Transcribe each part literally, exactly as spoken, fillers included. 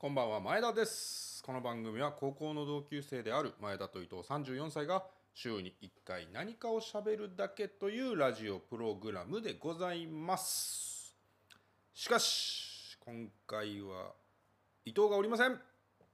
こんばんは、前田です。この番組は高校の同級生である前田と伊藤さんじゅうよんさいが週にいっかい何かをしゃべるだけというラジオプログラムでございます。しかし、今回は伊藤がおりません。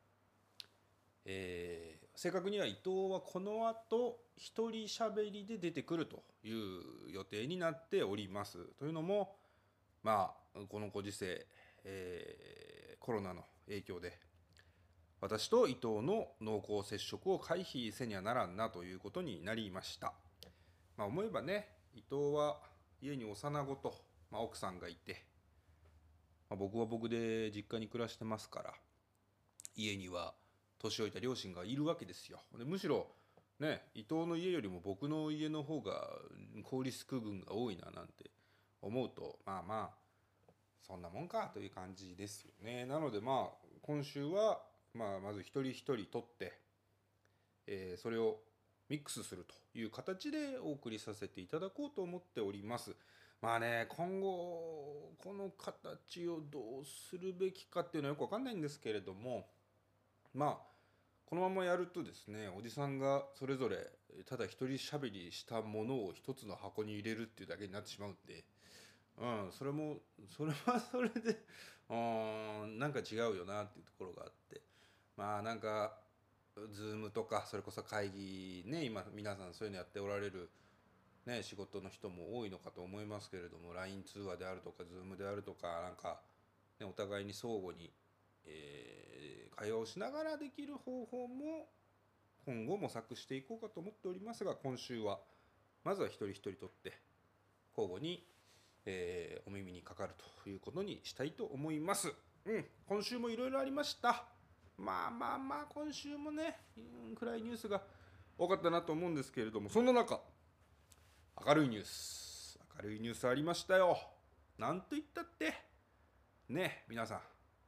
えー、正確には伊藤はこの後一人しゃべりで出てくるという予定になっております。というのも、まあ、このご時世、えーコロナの影響で私と伊藤の濃厚接触を回避せにはならんなということになりました。まあ、思えばね、伊藤は家に幼子と、まあ、奥さんがいて、まあ、僕は僕で実家に暮らしてますから、家には年老いた両親がいるわけですよ。でむしろね、伊藤の家よりも僕の家の方が高リスク群が多いななんて思うと、まあまあそんなもんかという感じですよね。なのでまあ今週は、まあ、まず一人一人取って、えーそれをミックスするという形でお送りさせていただこうと思っております。まあね、今後この形をどうするべきかっていうのはよくわかんないんですけれども、まあこのままやるとですね、おじさんがそれぞれただ一人喋りしたものを一つの箱に入れるっていうだけになってしまうんで、うん、それもそれはそれでうーんなんか違うよなっていうところがあって、まあなんかズームとかそれこそ会議ね、今皆さんそういうのやっておられる、ね、仕事の人も多いのかと思いますけれども、 ライン 通話であるとか Zoom であるとか、なんか、ね、お互いに相互に、えー会話をしながらできる方法も今後模索していこうかと思っておりますが、今週はまずは一人一人とって交互に、えーお耳にかかるということにしたいと思います。うん、今週もいろいろありました。まあまあまあ今週もね、うん暗いニュースが多かったなと思うんですけれども、そんな中明るいニュース明るいニュースありましたよ。なんと言ったってね、皆さん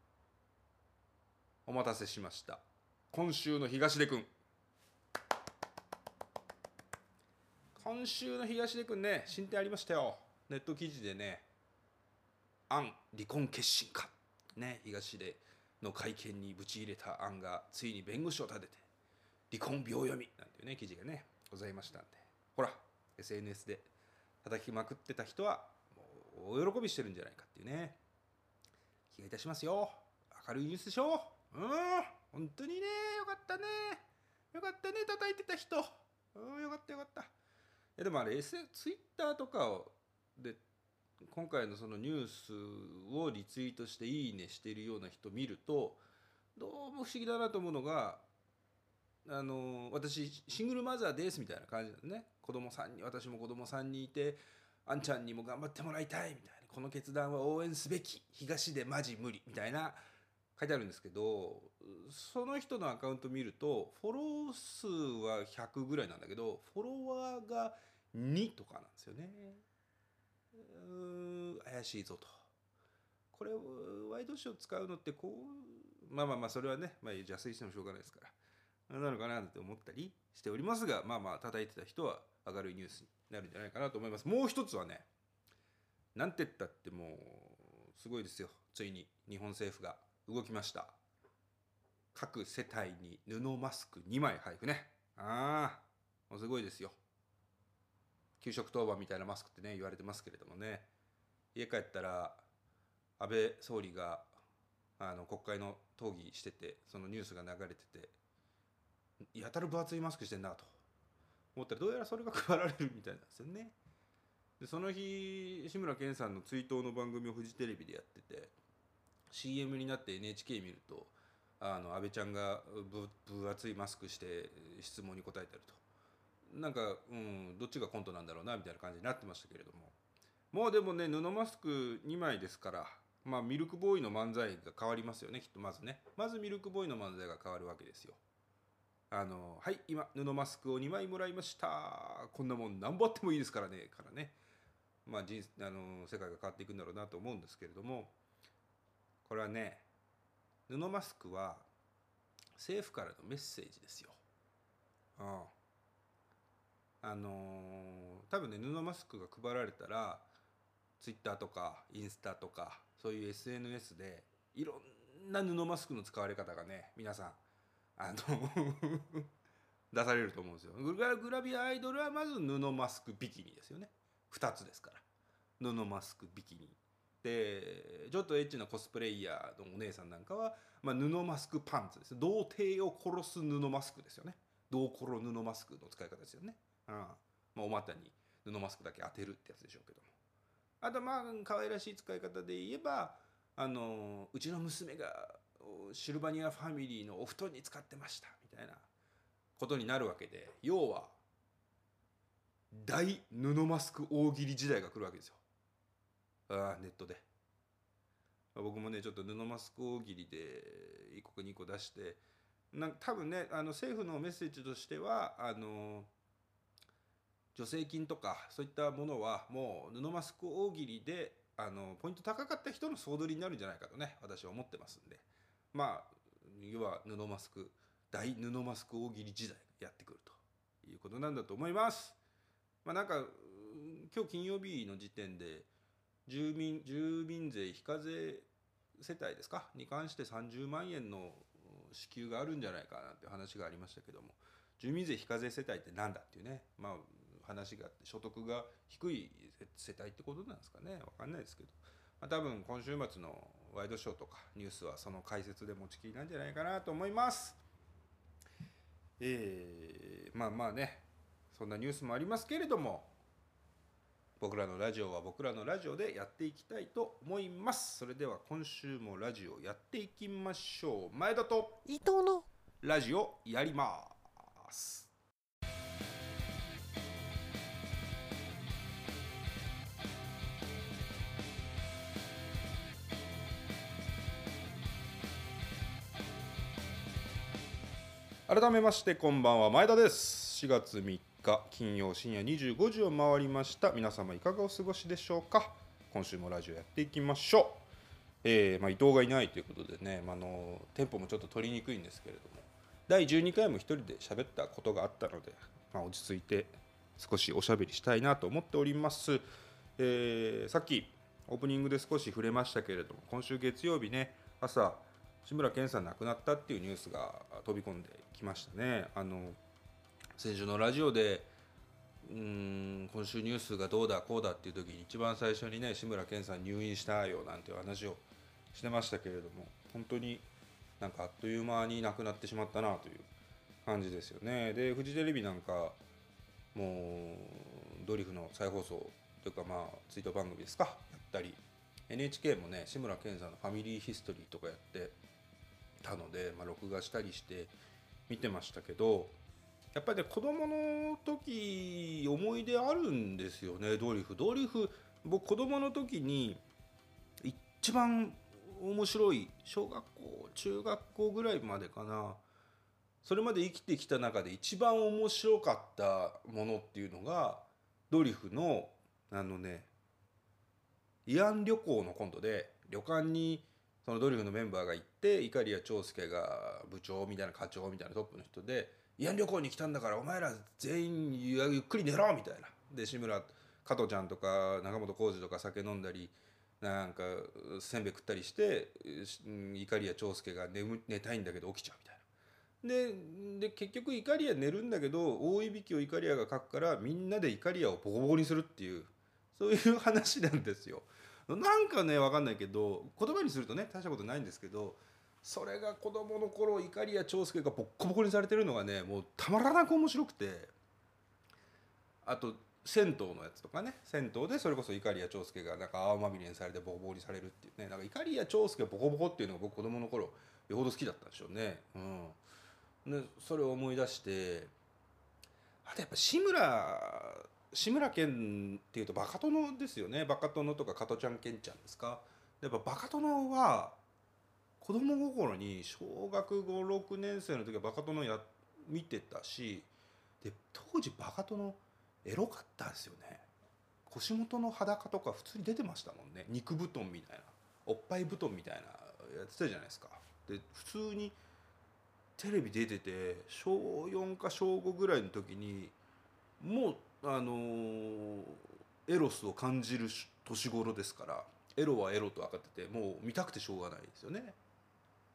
お待たせしました。今週の東出くん今週の東出くんね、進展ありましたよ。ネット記事でね、案離婚決心かね、東出の会見にぶち入れた案がついに弁護士を立てて離婚秒読みなんていうね記事がねございましたんで、ほら エスエヌエス で叩きまくってた人はもう大喜びしてるんじゃないかっていうね気がいたしますよ。明るいニュースでしょ。うん本当にね、よかったね、よかったね、叩いてた人、うんよかったよかった。いやでもあれ S ツイッターとかで今回のそのニュースをリツイートしていいねしているような人見ると、どうも不思議だなと思うのが、あの私シングルマザーですみたいな感じなんですね。子供さんに私も子供さんにいて、あんちゃんにも頑張ってもらいたいみたいな、この決断は応援すべき、東でマジ無理みたいな書いてあるんですけど、その人のアカウント見るとフォロー数はひゃくぐらいなんだけど、フォロワーがにとかなんですよね。うーん怪しいぞと。これをワイドショー使うのってこう、まあまあまあそれはね、まあ、邪推してもしょうがないですからなのかなって思ったりしておりますが、まあまあ叩いてた人は明るいニュースになるんじゃないかなと思います。もう一つはね、なんて言ったってもうすごいですよ。ついに日本政府が動きました。各世帯に布マスクにまい配布ね。ああもうすごいですよ。給食当番みたいなマスクってね言われてますけれどもね、家帰ったら安倍総理があの国会の討議してて、そのニュースが流れてて、やたら分厚いマスクしてんなと思ったら、どうやらそれが配られるみたいなんですよね。でその日志村けんさんの追悼の番組をフジテレビでやってて、 シーエム になって エヌエイチケー 見ると、あの安倍ちゃんが分分厚いマスクして質問に答えてると、なんか、うん、どっちがコントなんだろうなみたいな感じになってましたけれども、もうでもね布マスクにまいですから、まあミルクボーイの漫才が変わりますよねきっと。まずねまずミルクボーイの漫才が変わるわけですよ。あのはい今布マスクをにまいもらいました、こんなもん何ぼあってもいいですからねからね、まあ人あの世界が変わっていくんだろうなと思うんですけれども、これはね布マスクは政府からのメッセージですよ。うんあのー多分ね布マスクが配られたらツイッターとかインスタとかそういう エスエヌエス でいろんな布マスクの使われ方がね皆さんあの出されると思うんですよ。グラグラビアアイドルはまず布マスクビキニですよね。ふたつですから、布マスクビキニで、ちょっとエッチなコスプレイヤーのお姉さんなんかは、まあ、布マスクパンツです。童貞を殺す布マスクですよね。童コロ布マスクの使い方ですよね。うん、まあ、お股に布マスクだけ当てるってやつでしょうけども、あとまあ可愛らしい使い方で言えば、あのうちの娘がシルバニアファミリーのお布団に使ってましたみたいなことになるわけで、要は大布マスク大喜利時代が来るわけですよ。ああネットで僕もねちょっと布マスク大喜利でいっこかにこ出して、なん多分ねあの政府のメッセージとしてはあの助成金とかそういったものはもう布マスク大喜利であのポイント高かった人の総取りになるんじゃないかとね私は思ってますんで、まあ要は布マスク大布マスク大喜利時代がやってくるということなんだと思います。まあなんか今日金曜日の時点で住民住民税非課税世帯ですかに関してさんじゅうまんえんの支給があるんじゃないかなっていう話がありましたけども、住民税非課税世帯ってなんだっていうね、まあ話があって、所得が低い世帯ってことなんですかね、分かんないですけど、まあ、多分今週末のワイドショーとかニュースはその解説で持ちきりなんじゃないかなと思います。えー、まあまあねそんなニュースもありますけれども、僕らのラジオは僕らのラジオでやっていきたいと思います。それでは今週もラジオやっていきましょう。前田と伊藤のラジオやります。改めましてこんばんは、前田です。しがつみっか金曜深夜にじゅうごじを回りました。皆様いかがお過ごしでしょうか。今週もラジオやっていきましょう。えーまあ、伊藤がいないということでね、まあ、のテンポもちょっと取りにくいんですけれども、だいじゅうにかいも一人で喋ったことがあったので、まあ、落ち着いて少しおしゃべりしたいなと思っております。えー、さっきオープニングで少し触れましたけれども、今週月曜日ね朝志村けんさん亡くなったっていうニュースが飛び込んできましたね。あの先週のラジオでうーん今週ニュースがどうだこうだっていう時に一番最初にね志村けんさん入院したよなんていう話をしてましたけれども、本当になんかあっという間に亡くなってしまったなという感じですよね。でフジテレビなんかもうドリフの再放送というかまあ追悼番組ですかやったり、 エヌエイチケー もね志村けんさんのファミリーヒストリーとかやってたので、まあ、録画したりして見てましたけど、やっぱりね子供の時思い出あるんですよね。ドリフドリフ僕子供の時に一番面白い小学校中学校ぐらいまでかな、それまで生きてきた中で一番面白かったものっていうのがドリフのあのね慰安旅行のコントで、旅館にそのドリフのメンバーが行って、いかりや長介が部長みたいな課長みたいなトップの人で、慰安旅行に来たんだからお前ら全員ゆっくり寝ろみたいな。で志村加トちゃんとか中本浩二とか酒飲んだりなんかせんべい食ったりして、いかりや長介が 寝, 寝たいんだけど起きちゃうみたいな。でで結局イカリア寝るんだけど大いびきをイカリアがかくからみんなでイカリアをボコボコにするっていう、そういう話なんですよ。なんかね分かんないけど言葉にするとね大したことないんですけど、それが子供の頃イカリア長介がボッコボコにされてるのがねもうたまらなく面白くて、あと銭湯のやつとかね、銭湯でそれこそイカリア長介がなんか泡まみれにされてボコボコにされるっていうね、なんかイカリア長介ボコボコっていうのが僕子供の頃よほど好きだったんでしょうね。うん、でそれを思い出して、あとやっぱ志村志村けんっていうとバカ殿ですよね。バカ殿とか加トちゃんケンちゃんですか。やっぱバカ殿は子供心に小学ごろくねん生の時はバカ殿や見てたし、で当時バカ殿エロかったですよね。腰元の裸とか普通に出てましたもんね。肉布団みたいなおっぱい布団みたいなやってたじゃないですか。で普通にテレビ出ててしょうよんかしょうごぐらいの時にもうあのーエロスを感じる年頃ですから、エロはエロと分かっててもう見たくてしょうがないですよね。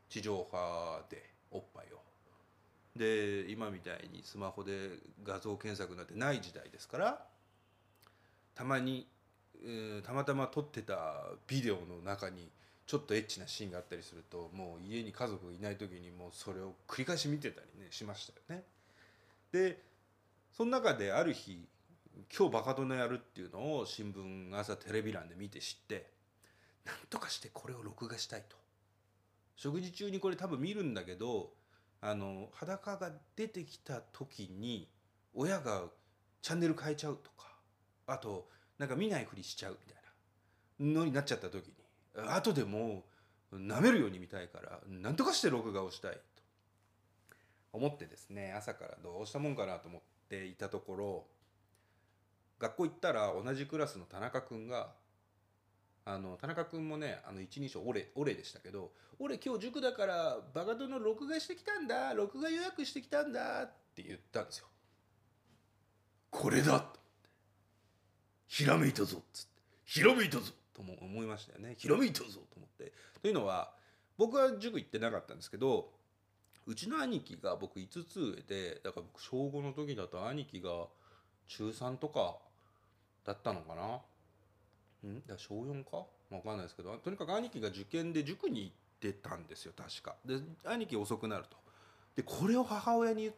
地上波でおっぱいを。で今みたいにスマホで画像検索なんてない時代ですから、たまに、えーたまたま撮ってたビデオの中にちょっとエッチなシーンがあったりすると、もう家に家族がいない時にもうそれを繰り返し見てたりねしましたよね。でその中である日、今日バカ殿やるっていうのを新聞朝テレビ欄で見て知って、なんとかしてこれを録画したいと。食事中にこれ多分見るんだけど、あの裸が出てきた時に親がチャンネル変えちゃうとか、あとなんか見ないふりしちゃうみたいなのになっちゃった時に、後でもう舐めるように見たいからなんとかして録画をしたいと思ってですね、朝からどうしたもんかなと思っていたところ、学校行ったら同じクラスの田中君が、あの田中君もね、あの一人称オレオレでしたけど、俺今日塾だからバカ殿録画してきたんだ、録画予約してきたんだって言ったんですよ。これだと、ひらめいたぞっつって、ひらめいたぞとも思いましたよね。ひらめいたぞと思って。というのは、僕は塾行ってなかったんですけど、うちの兄貴が僕いつつ上で、だから僕小ごの時だと兄貴が中さんとかだったのかな。んだから小よんか分かんないですけど、とにかく兄貴が受験で塾に行ってたんですよ確か。で兄貴遅くなると。でこれを母親に言って、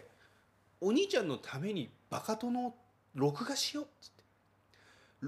お兄ちゃんのためにバカ殿を録画しようっつって、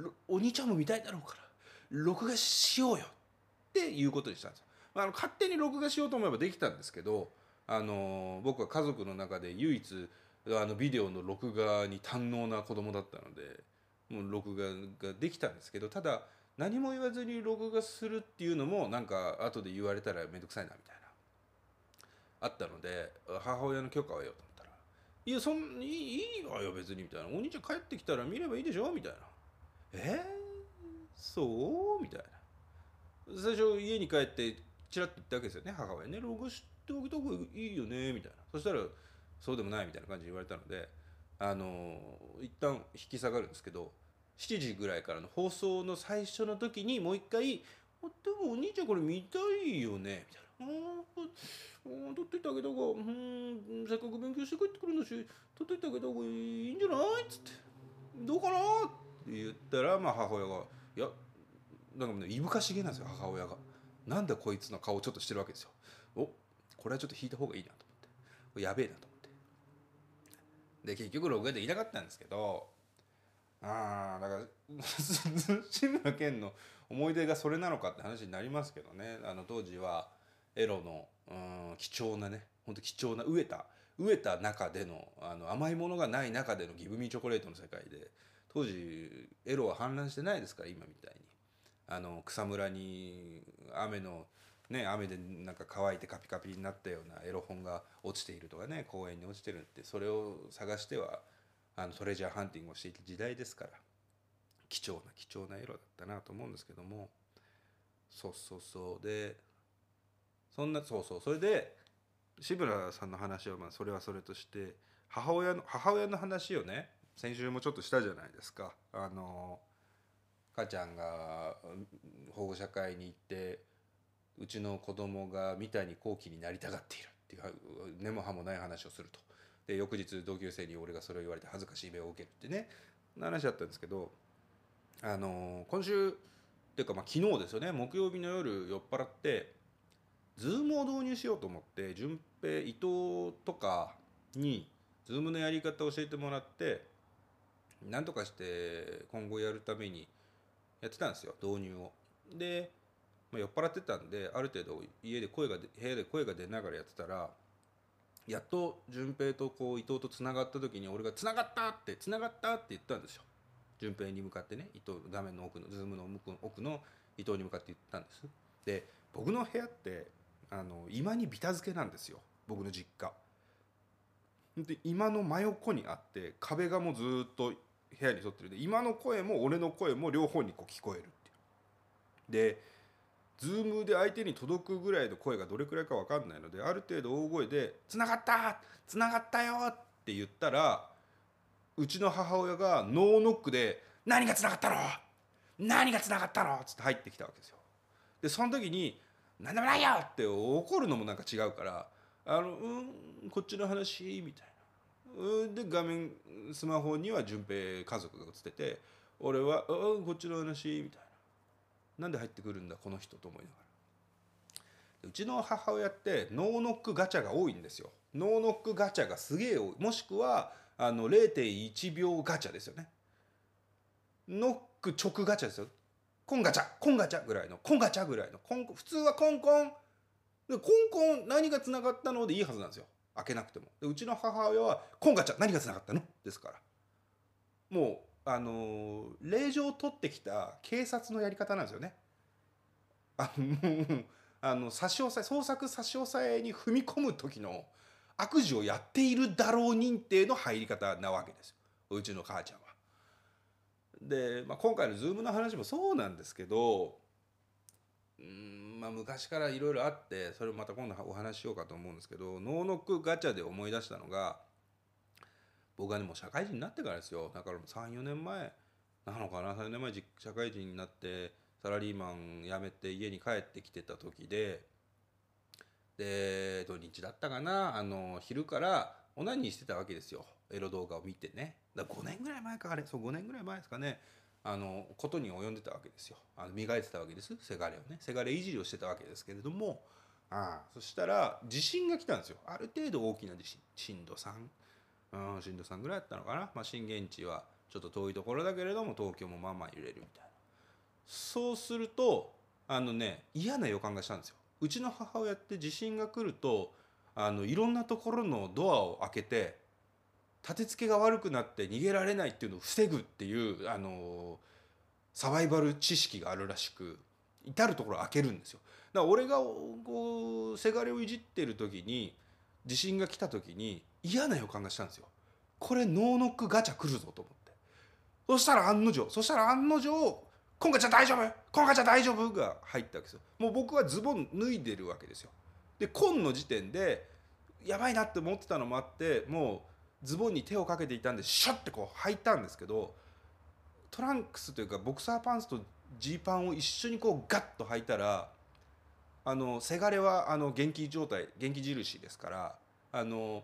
お兄ちゃんも見たいだろうから録画しようよっていうことにしたんですよ。まあ、あの勝手に録画しようと思えばできたんですけど、あの僕は家族の中で唯一あのビデオの録画に堪能な子供だったので、もう録画ができたんですけど、ただ何も言わずに録画するっていうのもなんか後で言われたら面倒くさいなみたいなあったので、母親の許可を得ようと思ったら「いやそんいいいいわよ別に」みたいな「お兄ちゃん帰ってきたら見ればいいでしょ」みたいな「えー、そう?」みたいな。最初家に帰ってチラッと言ったわけですよね、母親ね。録画しておきた方がいいよねみたいな。そしたらそうでもないみたいな感じで言われたので、あの一旦引き下がるんですけど、しちじぐらいからの放送の最初の時にもう一回「でもお兄ちゃんこれ見たいよね」みたいな「ああ撮っといてあげた方がうんせっかく勉強して帰ってくるんだし撮っといてあげた方がいいんじゃない?」っつって「どうかな?」って言ったら、まあ母親が「いやなんかねいぶかしげなんですよ母親が。なんだこいつの顔ちょっとしてるわけですよ。おこれはちょっと引いた方がいいなと思って、これやべえなと思って、で結局録画できなかったんですけど、ああだから志村けんの思い出がそれなのかって話になりますけどね。あの当時はエロのうん貴重なね、ほんと貴重な飢えた飢えた中での、あの甘いものがない中でのギブミーチョコレートの世界で、当時エロは氾濫してないですから今みたいに。あの草むらに雨のね雨でなんか乾いてカピカピになったようなエロ本が落ちているとかね、公園に落ちてるって、それを探してはあのトレジャーハンティングをしていた時代ですから、貴重な貴重なエロだったなと思うんですけども、そうそうそうでそんなそうそうそれで志村さんの話はまあそれはそれとして、母親の母親の話をね先週もちょっとしたじゃないですか。あの母ちゃんが保護者会に行ってうちの子供が三谷幸喜になりたがっているっていう根も葉もない話をすると。で翌日同級生に俺がそれを言われて恥ずかしい目を受けるってね話だったんですけど、あの今週っていうかまあ昨日ですよね、木曜日の夜酔っ払ってズームを導入しようと思って順平伊藤とかにズームのやり方を教えてもらって、なんとかして今後やるためにやってたんですよ導入を。で、まあ、酔っ払ってたんである程度家で声が部屋で声が出ながらやってたら、やっと順平とこう伊藤とつながった時に俺が「つながった!」って「つながった!」って言ったんですよ。順平に向かってね、伊藤画面の奥のズームの奥の伊藤に向かって言ったんです。で僕の部屋ってあの居間にビタ付けなんですよ、僕の実家で。居間の真横にあって壁がもうずっと部屋に沿ってるで、今の声も俺の声も両方にこう聞こえるっていう。でズームで相手に届くぐらいの声がどれくらいか分かんないので、ある程度大声で「つながった!つながったよ!」って言ったら、うちの母親がノーノックで「何がつながったの何がつながったの?」っつって入ってきたわけですよ。でその時になんでもないよって怒るのもなんか違うから、あのうんこっちの話みたいな。うんで画面スマホには順平家族が映ってて、俺はうんこっちの話みたいな。なんで入ってくるんだこの人と思いながら。うちの母親ってノーノックガチャが多いんですよ。ノーノックガチャがすげえ多い。もしくはあの れいてんいちびょうガチャですよね。ノック直ガチャですよ。コンガチャコンガチャぐらいのコンガチャぐらいのコン、普通はコンコンでコンコン何がつながったのでいいはずなんですよ、開けなくても。でうちの母親はコンガチャ何がつながったのですから、もうあのー令状を取ってきた警察のやり方なんですよね。あのあの差し押さえ、捜索差し押さえに踏み込む時の悪事をやっているだろう認定の入り方なわけですよ、うちの母ちゃんは。で、まあ、今回のズームの話もそうなんですけど、うーんまあ昔からいろいろあって、それをまた今度お話ししようかと思うんですけど、ノーノックガチャで思い出したのが、僕はねもう社会人になってからですよ。だからさんよねんまえなのかな、さんよねんまえ社会人になってサラリーマン辞めて家に帰ってきてた時で、で土日だったかな、あの昼からオナニーしてたわけですよ、エロ動画を見てね。だからごねんぐらい前か、あれそうごねんぐらい前ですかね。あのことに及んでたわけですよ。あの磨いてたわけです、せがれをね。せがれいじりをしてたわけですけれども、ああそしたら地震が来たんですよ。ある程度大きな地震、震度さん、うん、震度さんぐらいだったのかな。まあ、震源地はちょっと遠いところだけれども東京もまあまあ揺れるみたいな。そうするとあのね嫌な予感がしたんですよ。うちの母親って地震が来るとあのいろんなところのドアを開けて立て付けが悪くなって逃げられないっていうのを防ぐっていうあのサバイバル知識があるらしく、至る所開けるんですよ。だから俺がこうせがれをいじってる時に地震が来た時に嫌な予感がしたんですよ。これノーノックガチャ来るぞと思って。そしたら案の定そしたら案の定「今回ちゃん大丈夫今回ちゃん大丈夫」が入ったわけですよ。もう僕はズボン脱いでるわけですよ。で今の時点でやばいなって思ってたのもあって、もうズボンに手をかけていたんでシャッてこう履いたんですけど、トランクスというかボクサーパンツとジーパンを一緒にこうガッと履いたら、あのせがれはあの元気状態、元気印ですから、あの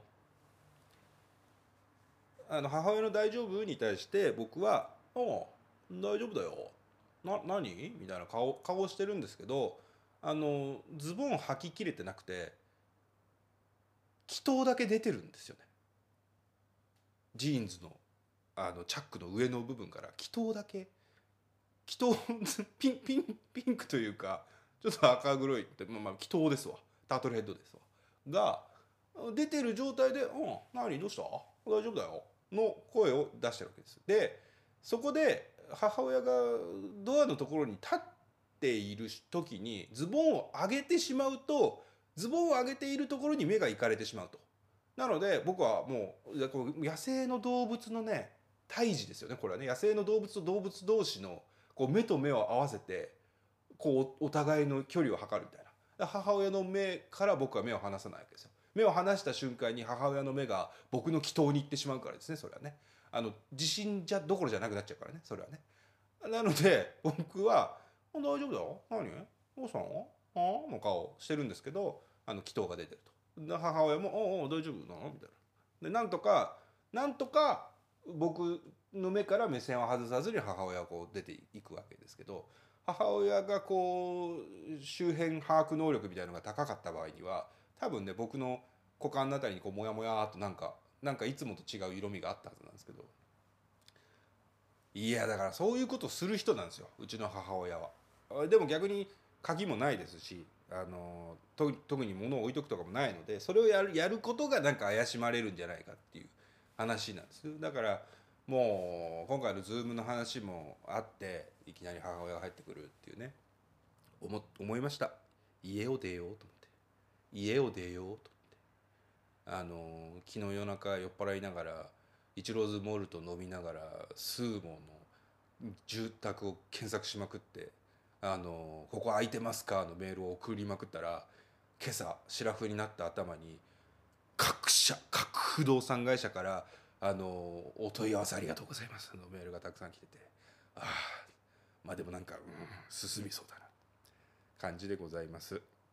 あの母親の「大丈夫?」に対して僕は「ああ大丈夫だよ。な何?」みたいな顔顔をしてるんですけど、あのズボン履ききれてなくて気筒だけ出てるんですよね。ジーンズのあのチャックの上の部分から気筒だけ、気筒ピンピンピンクというかちょっと赤黒いって、まあ、まあ気筒ですわ、タートルヘッドですわが出てる状態で「うん何どうした、大丈夫だよ」の声を出してるわけです。でそこで母親がドアのところに立っている時にズボンを上げてしまうと、ズボンを上げているところに目がいかれてしまうと。なので僕はもうこう野生の動物のね対峙ですよね、これはね。野生の動物と動物同士のこう目と目を合わせてこうお互いの距離を測るみたいな。母親の目から僕は目を離さないわけですよ。目を離した瞬間に母親の目が僕の祈祷に行ってしまうからですね、それはね。あの地震じゃどころじゃなくなっちゃうからね、それはね。なので僕は「大丈夫だよ何どうしたのああ」の顔をしてるんですけど、あの祈祷が出てると。で母親も「おうおう大丈夫なの?」みたいな。でなんとかなんとか僕の目から目線を外さずに母親はこう出ていくわけですけど、母親がこう周辺把握能力みたいなのが高かった場合には多分ね僕の股間のあたりにこうモヤモヤっとなんかなんかいつもと違う色味があったはずなんですけど、いやだからそういうことする人なんですよ、うちの母親は。でも逆に鍵もないですし、あのと特に物を置いとくとかもないので、それをやるやることがなんか怪しまれるんじゃないかっていう話なんです。だからもう今回のズームの話もあっていきなり母親が入ってくるっていうね、思思いました。家を出ようと思って家を出ようと思って、あの昨日夜中酔っ払いながらイチローズモルト飲みながらスーモの住宅を検索しまくって、あのここ空いてますかのメールを送りまくったら、今朝シラフになった頭に各社各不動産会社からあのお問い合わせありがとうございますのメールがたくさん来てて、ああまあでもなんか、うん、進みそうだな感じでございます。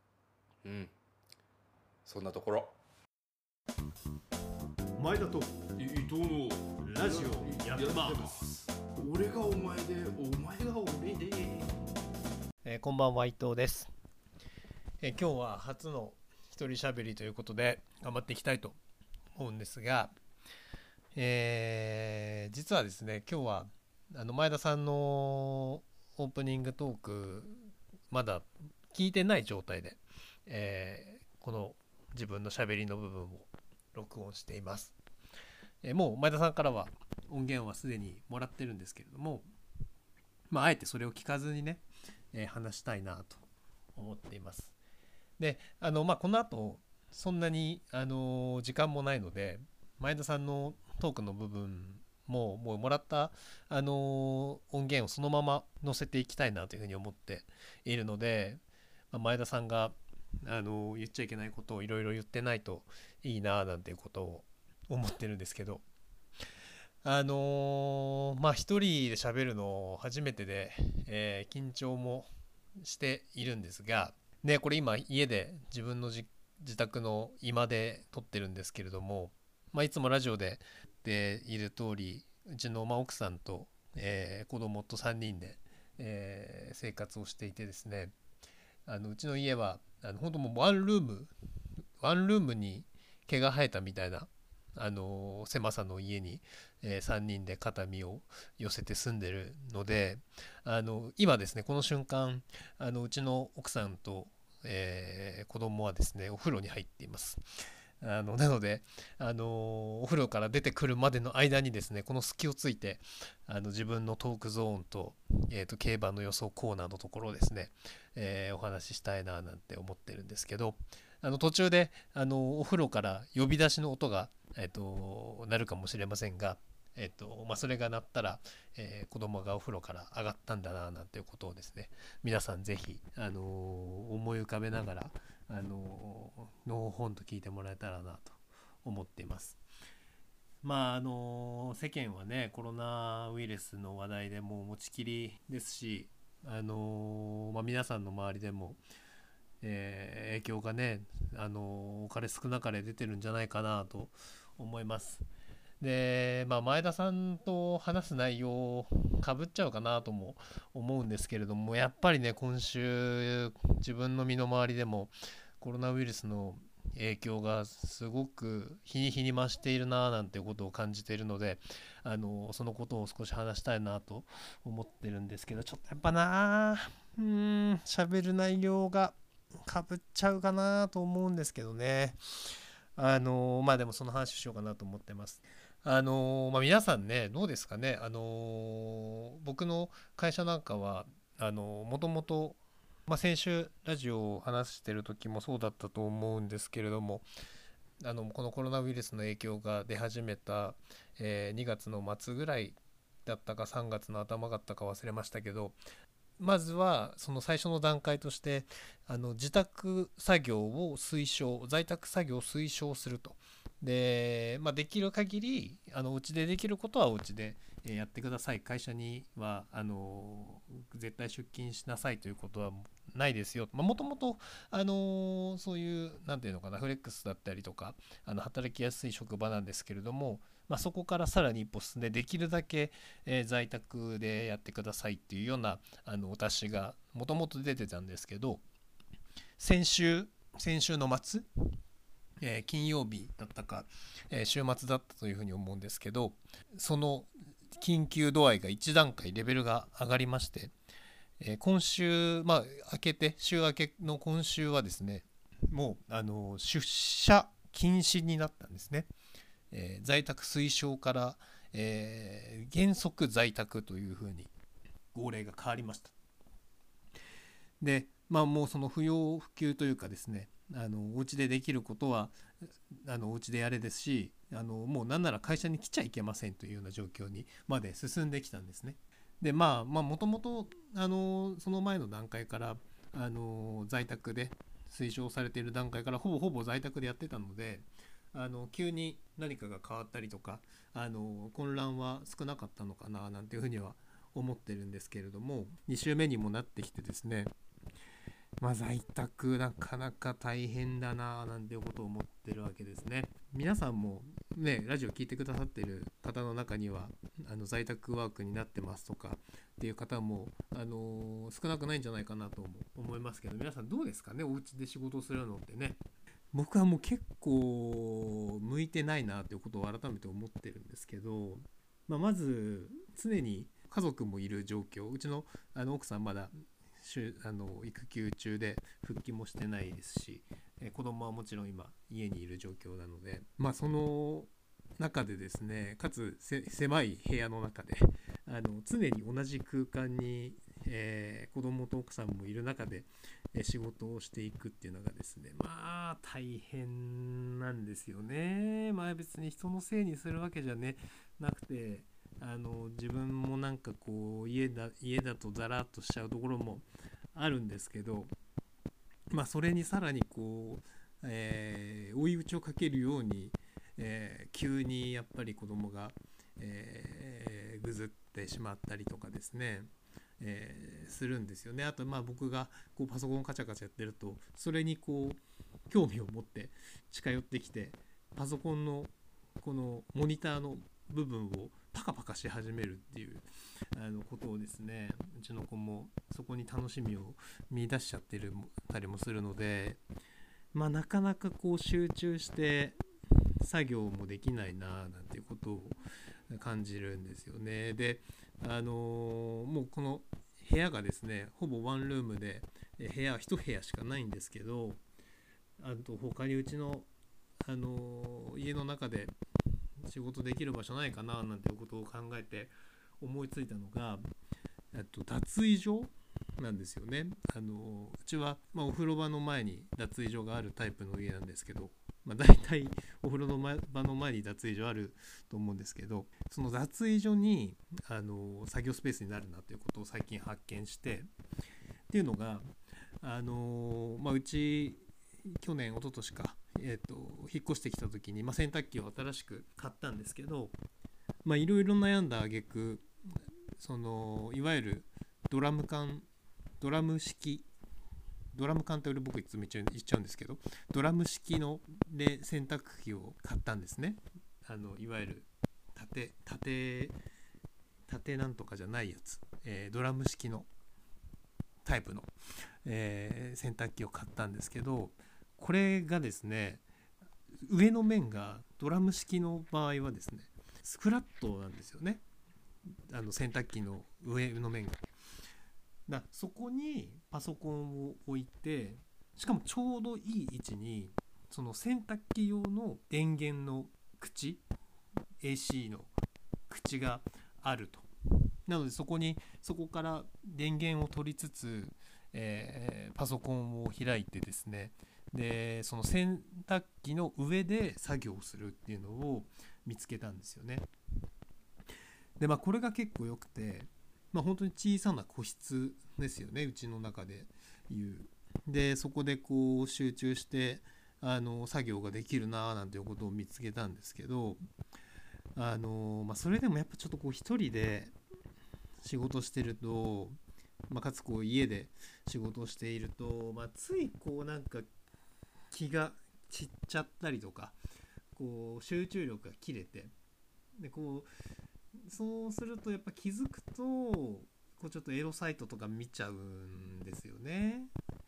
うん、そんなところ。 前田と伊藤のラジオやってます。 俺がお前でお前が俺で、 えー、こんばんは伊藤です。えー、今日は初の一人喋りということで頑張っていきたいと思うんですが、えー、実はですね、今日はあの前田さんのオープニングトークまだ聞いてない状態で、えー、この自分の喋りの部分を録音しています。えー、もう前田さんからは音源はすでにもらってるんですけれども、まあ、あえてそれを聞かずにね、えー、話したいなと思っています。で、あのまあこの後そんなに、あのー時間もないので、前田さんのトークの部分ももうもらった、あのー音源をそのまま載せていきたいなというふうに思っているので、まあ、前田さんが、あのー言っちゃいけないことをいろいろ言ってないといいななんていうことを思ってるんですけど、あのーまあ一人で喋るの初めてで、えー緊張もしているんですが、ね、これ今家で自分の自宅の居間で撮ってるんですけれども、まあ、いつもラジオででいる通り、うちのまあ奥さんと、えー子供とさんにんで、えー生活をしていてですね、あのうちの家はあの本当もうワンルームワンルームに毛が生えたみたいな、あの狭さの家に、えーさんにんで肩身を寄せて住んでるので、あの今ですねこの瞬間、あのうちの奥さんと、えー子供はですねお風呂に入っています。あのなので、あのお風呂から出てくるまでの間にですね、この隙をついて、あの自分のトークゾーンと、えーと競馬の予想コーナーのところをですね、えーお話ししたいななんて思ってるんですけど、あの途中であのお風呂から呼び出しの音が、えーと鳴るかもしれませんが、えーとまあ、それが鳴ったら、えー子供がお風呂から上がったんだななんていうことをですね、皆さんぜひ、あのー思い浮かべながら、あのーのほほんと聞いてもらえたらなと思っています。まああのー世間はね、コロナウイルスの話題でもう持ちきりですし、あのーまあ、皆さんの周りでも、えー影響がね、あのー多かれ少なかれ出てるんじゃないかなと思います。で、まあ、前田さんと話す内容かぶっちゃうかなとも思うんですけれども、やっぱりね今週自分の身の回りでもコロナウイルスの影響がすごく日に日に増しているななんてことを感じているので、あのそのことを少し話したいなと思ってるんですけど、ちょっとやっぱなうーん喋る内容がかぶっちゃうかなと思うんですけどね。あのまあでもその話をしようかなと思ってます。あのまあ、皆さんねどうですかね。あの僕の会社なんかはあのもともと、まあ、先週ラジオを話してる時もそうだったと思うんですけれども、あのこのコロナウイルスの影響が出始めた、えーにがつの末ぐらいだったかさんがつの頭だったか忘れましたけど、まずはその最初の段階として、あの自宅作業を推奨在宅作業を推奨すると。で、まあ、できる限りあのうちでできることはお家でえーやってください、会社にはあの絶対出勤しなさいということはないですよ。もともとあのそういうなんていうのかな、フレックスだったりとか、あの働きやすい職場なんですけれども、まあ、そこからさらに一歩進んでできるだけ、えー在宅でやってくださいっていうようなあのお達しがもともと出てたんですけど、先週先週の末、えー金曜日だったか、えー週末だったというふうに思うんですけど、その緊急度合いがいち段階レベルが上がりまして、えー今週、まあ明けて週明けの今週はですね、もうあの出社禁止になったんですね。えー在宅推奨から、えー原則在宅というふうに号令が変わりました。で、まあもうその不要不急というかですね、あのお家でできることはあのお家でやれですし、あのもうなんなら会社に来ちゃいけませんというような状況にまで進んできたんですね。で、まあまあもともとあのその前の段階からあの在宅で推奨されている段階からほぼほぼ在宅でやってたので、あの急に何かが変わったりとか、あの混乱は少なかったのかななんていうふうには思ってるんですけれども、に週目にもなってきてですね、 まあ在宅なかなか大変だななんていうことを思ってるわけですね。皆さんもねラジオ聞いてくださってる方の中にはあの在宅ワークになってますとかっていう方も、あのー少なくないんじゃないかなとも思いますけど、皆さんどうですかね、お家で仕事をするのってね。僕はもう結構向いてないなということを改めて思ってるんですけど、まあ、まず常に家族もいる状況、うちの、あの奥さんまだあの育休中で復帰もしてないですし、え子供はもちろん今家にいる状況なので、まあその中でですね、かつ狭い部屋の中であの常に同じ空間に、えー、子供と奥さんもいる中で、えー、仕事をしていくっていうのがですね、まあ大変なんですよね。まあ別に人のせいにするわけじゃねなくて、あの自分もなんかこう家だ家だとザラッとしちゃうところもあるんですけど、まあそれにさらにこう、えー追い打ちをかけるように、えー急にやっぱり子供が、えーぐずってしまったりとかですね、えーするんですよね。あとまあ僕がこうパソコンカチャカチャやってると、それにこう興味を持って近寄ってきて、パソコンのこのモニターの部分をパカパカし始めるっていうあのことをですね、うちの子もそこに楽しみを見出しちゃってるたりもするので、まあなかなかこう集中して作業もできないななんていうことを感じるんですよね。で、あのーもうこの部屋がですね、ほぼワンルームで部屋一部屋しかないんですけど、あと他にうちの、あのー家の中で仕事できる場所ないかななんていうことを考えて思いついたのが、と脱衣所なんですよね。あのうちは、まあ、お風呂場の前に脱衣所があるタイプの家なんですけど、まあ、大体お風呂の場の前に脱衣所あると思うんですけど、その脱衣所にあの作業スペースになるなということを最近発見して、っていうのが、あのまあ、うち去年一昨年か、えー、と引っ越してきた時に、まあ、洗濯機を新しく買ったんですけど、まあいろいろ悩んだ挙句、そのいわゆるドラム缶ドラム式ドラム缶って俺僕いつも言っちゃうんですけど、ドラム式ので洗濯機を買ったんですね。あのいわゆる縦縦縦なんとかじゃないやつ、えー、ドラム式のタイプの、えー洗濯機を買ったんですけど、これがですね、上の面がドラム式の場合はですねスクラットなんですよね。あの洗濯機の上の面がだ、そこにパソコンを置いて、しかもちょうどいい位置にその洗濯機用の電源の口 エーシー の口があると。なのでそこにそこから電源を取りつつ、えーパソコンを開いてですね、でその洗濯機の上で作業をするっていうのを見つけたんですよね。でまあこれが結構良くて、まあ本当に小さな個室ですよね、うちの中でいう。でそこでこう集中してあの作業ができるななんていうことを見つけたんですけど、あの、まあ、それでもやっぱちょっとこう一人で仕事してると、まあ、かつこう家で仕事をしていると、まあ、ついこうなんか気が散っちゃったりとか、こう集中力が切れて、でこうそうするとやっぱ気づくとこうちょっとエロサイトとか見ちゃうんですよね。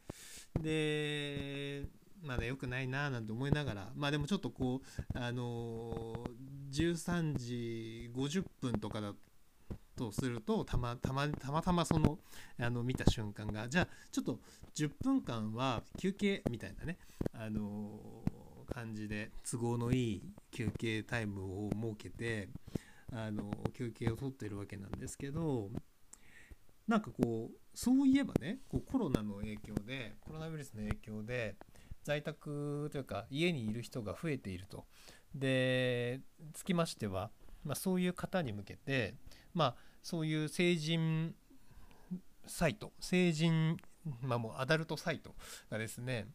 でまだ良くないななんて思いながら、まあでもちょっとこうあのーじゅうさんじごじゅっぷんとかだとするとたまたまたまたまそのあの見た瞬間が、じゃあちょっとじゅっぷんかんは休憩みたいなね、あのー感じで都合のいい休憩タイムを設けて、あの休憩を取ってるわけなんですけど、なんかこうそういえばね、こうコロナの影響でコロナウイルスの影響で在宅というか家にいる人が増えていると。でつきましては、まあ、そういう方に向けて、まあ、そういう成人サイト成人、まあ、もうアダルトサイトがですね、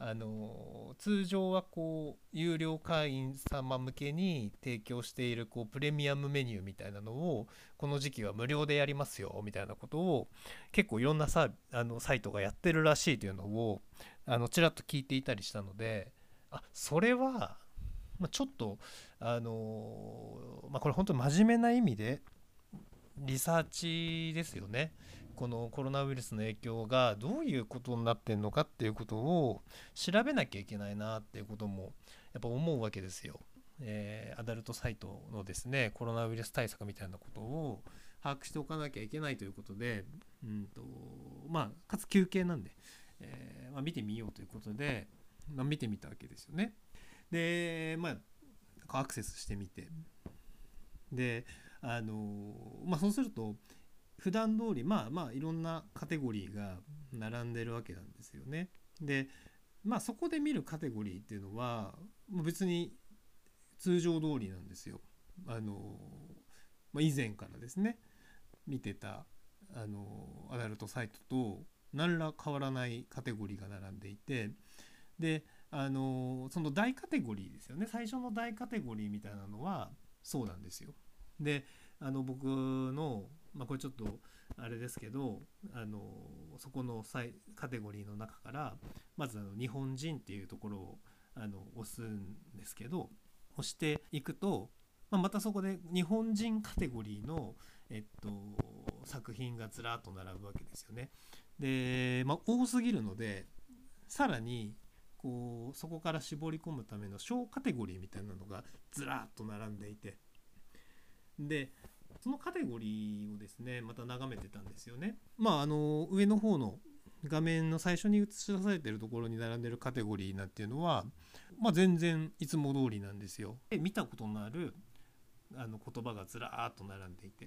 あの通常はこう有料会員様向けに提供しているこうプレミアムメニューみたいなのをこの時期は無料でやりますよみたいなことを結構いろんなさあのサイトがやってるらしいというのをあのちらっと聞いていたりしたので、あそれは、まあ、ちょっとあの、まあ、これ本当に真面目な意味でリサーチですよね。このコロナウイルスの影響がどういうことになってんのかっていうことを調べなきゃいけないなっていうこともやっぱ思うわけですよ。えーアダルトサイトのですねコロナウイルス対策みたいなことを把握しておかなきゃいけないということで、うんとまあかつ休憩なんで、えーまあ、見てみようということで、まあ、見てみたわけですよね。でまあアクセスしてみて、であのまあそうすると普段通りまあまあいろんなカテゴリーが並んでるわけなんですよね。でまあそこで見るカテゴリーっていうのはもう別に通常通りなんですよ。あの、まあ、以前からですね見てたあのアダルトサイトと何ら変わらないカテゴリーが並んでいて、であのその大カテゴリーですよね、最初の大カテゴリーみたいなのはそうなんですよ。であの僕の、まあ、これちょっとあれですけど、あのそこのカテゴリーの中からまずあの日本人っていうところをあの押すんですけど、押していくと、まあ、またそこで日本人カテゴリーの、えっと、作品がずらっと並ぶわけですよね。で、まあ、多すぎるのでさらにこうそこから絞り込むための小カテゴリーみたいなのがずらっと並んでいて、でそのカテゴリーをですねまた眺めてたんですよね。まああの上の方の画面の最初に映し出されているところに並んでるカテゴリーなんていうのは、まあ、全然いつも通りなんですよ。で見たことのあるあの言葉がずらーっと並んでいて、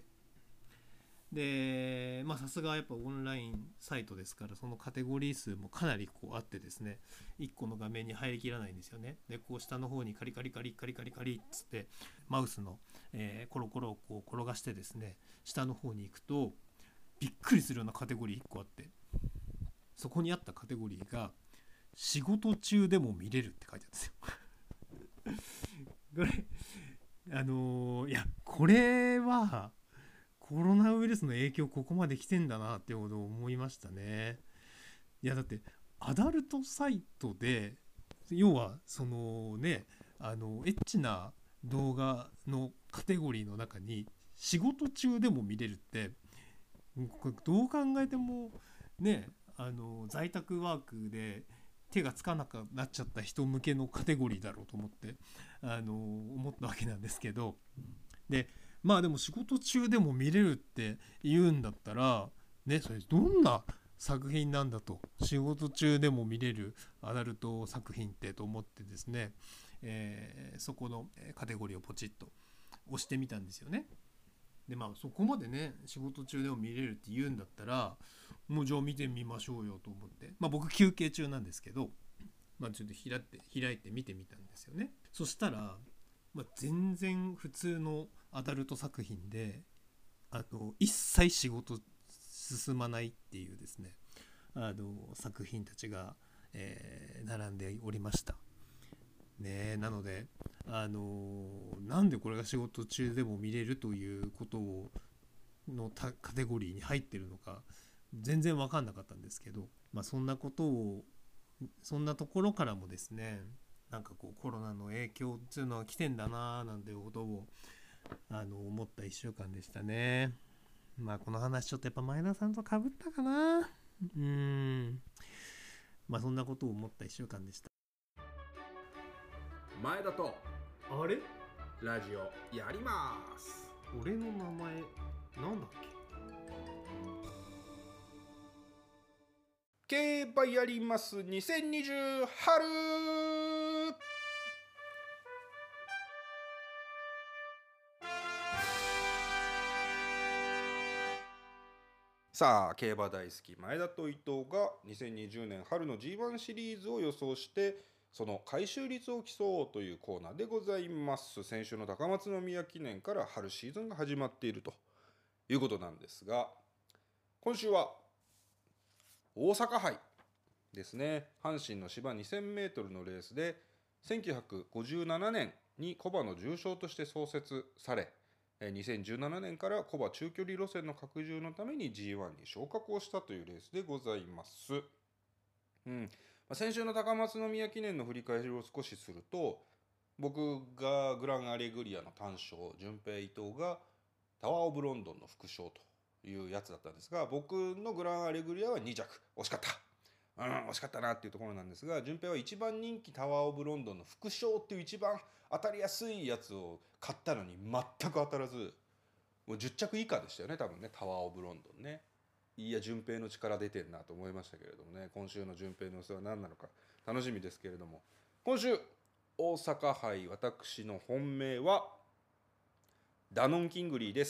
でまあさすがやっぱオンラインサイトですから、そのカテゴリー数もかなりこうあってですね、いっこの画面に入りきらないんですよね。でこう下の方にカリカリカリカリカリカリっつってマウスの、えーコロコロをこう転がしてですね下の方に行くとびっくりするようなカテゴリーいっこあって、そこにあったカテゴリーが仕事中でも見れるって書いてあるんですよこれあのー、いやこれはコロナウイルスの影響ここまで来てんだなっていうことを思いましたね。いやだってアダルトサイトで要はそのねあのエッチな動画のカテゴリーの中に仕事中でも見れるってどう考えてもねあの在宅ワークで手がつかなくなっちゃった人向けのカテゴリーだろうと思ってあの思ったわけなんですけど、でまあでも仕事中でも見れるって言うんだったらね、それどんな作品なんだと、仕事中でも見れるアダルト作品ってと思ってですね、えー、そこのカテゴリーをポチッと押してみたんですよね。でまあそこまでね仕事中でも見れるって言うんだったらもうじゃあ見てみましょうよと思って、まあ僕休憩中なんですけど、まあちょっと開いて開いて見てみたんですよね。そしたら、まあ、全然普通のアダルト作品であの一切仕事進まないっていうですねあの作品たちが、えー、並んでおりましたね。なのであのなんでこれが仕事中でも見れるということをのカテゴリーに入ってるのか全然分かんなかったんですけど、まあ、そんなことをそんなところからもですねなんかこうコロナの影響っていうのは来てんだななんていうことをあの思ったいっしゅうかんでしたね。まあこの話ちょっとやっぱ前田さんとかぶったかな。うーんまあそんなことを思ったいっしゅうかんでした。 前田とあれラジオやります。 俺の名前なんだっけ競馬やりますにせんにじゅう春。さあ競馬大好き前田と伊藤がにせんにじゅうねん春の ジーワン シリーズを予想してその回収率を競おうというコーナーでございます。先週の高松宮記念から春シーズンが始まっているということなんですが、今週は大阪杯ですね。阪神の芝 にせんメートル のレースでせんきゅうひゃくごじゅうななねんに古馬の重賞として創設され、にせんじゅうななねんから古馬中距離路線の拡充のために ジーワン に昇格をしたというレースでございます。うん、先週の高松宮記念の振り返りを少しすると、僕がグランアレグリアの単勝、順平伊藤がタワーオブロンドンの副賞というやつだったんですが、僕のグランアレグリアはに着、惜しかった、うん、惜しかったなっていうところなんですが、順平はいちばん人気タワーオブロンドンの副賞っていう一番当たりやすいやつを買ったのに全く当たらず、もうじゅっ着以下でしたよね、多分ね、タワーオブロンドンね。いや、順平の力出てんなと思いましたけれどもね、今週の順平の予想は何なのか楽しみですけれども、今週大阪杯、私の本命はダノンキングリーです。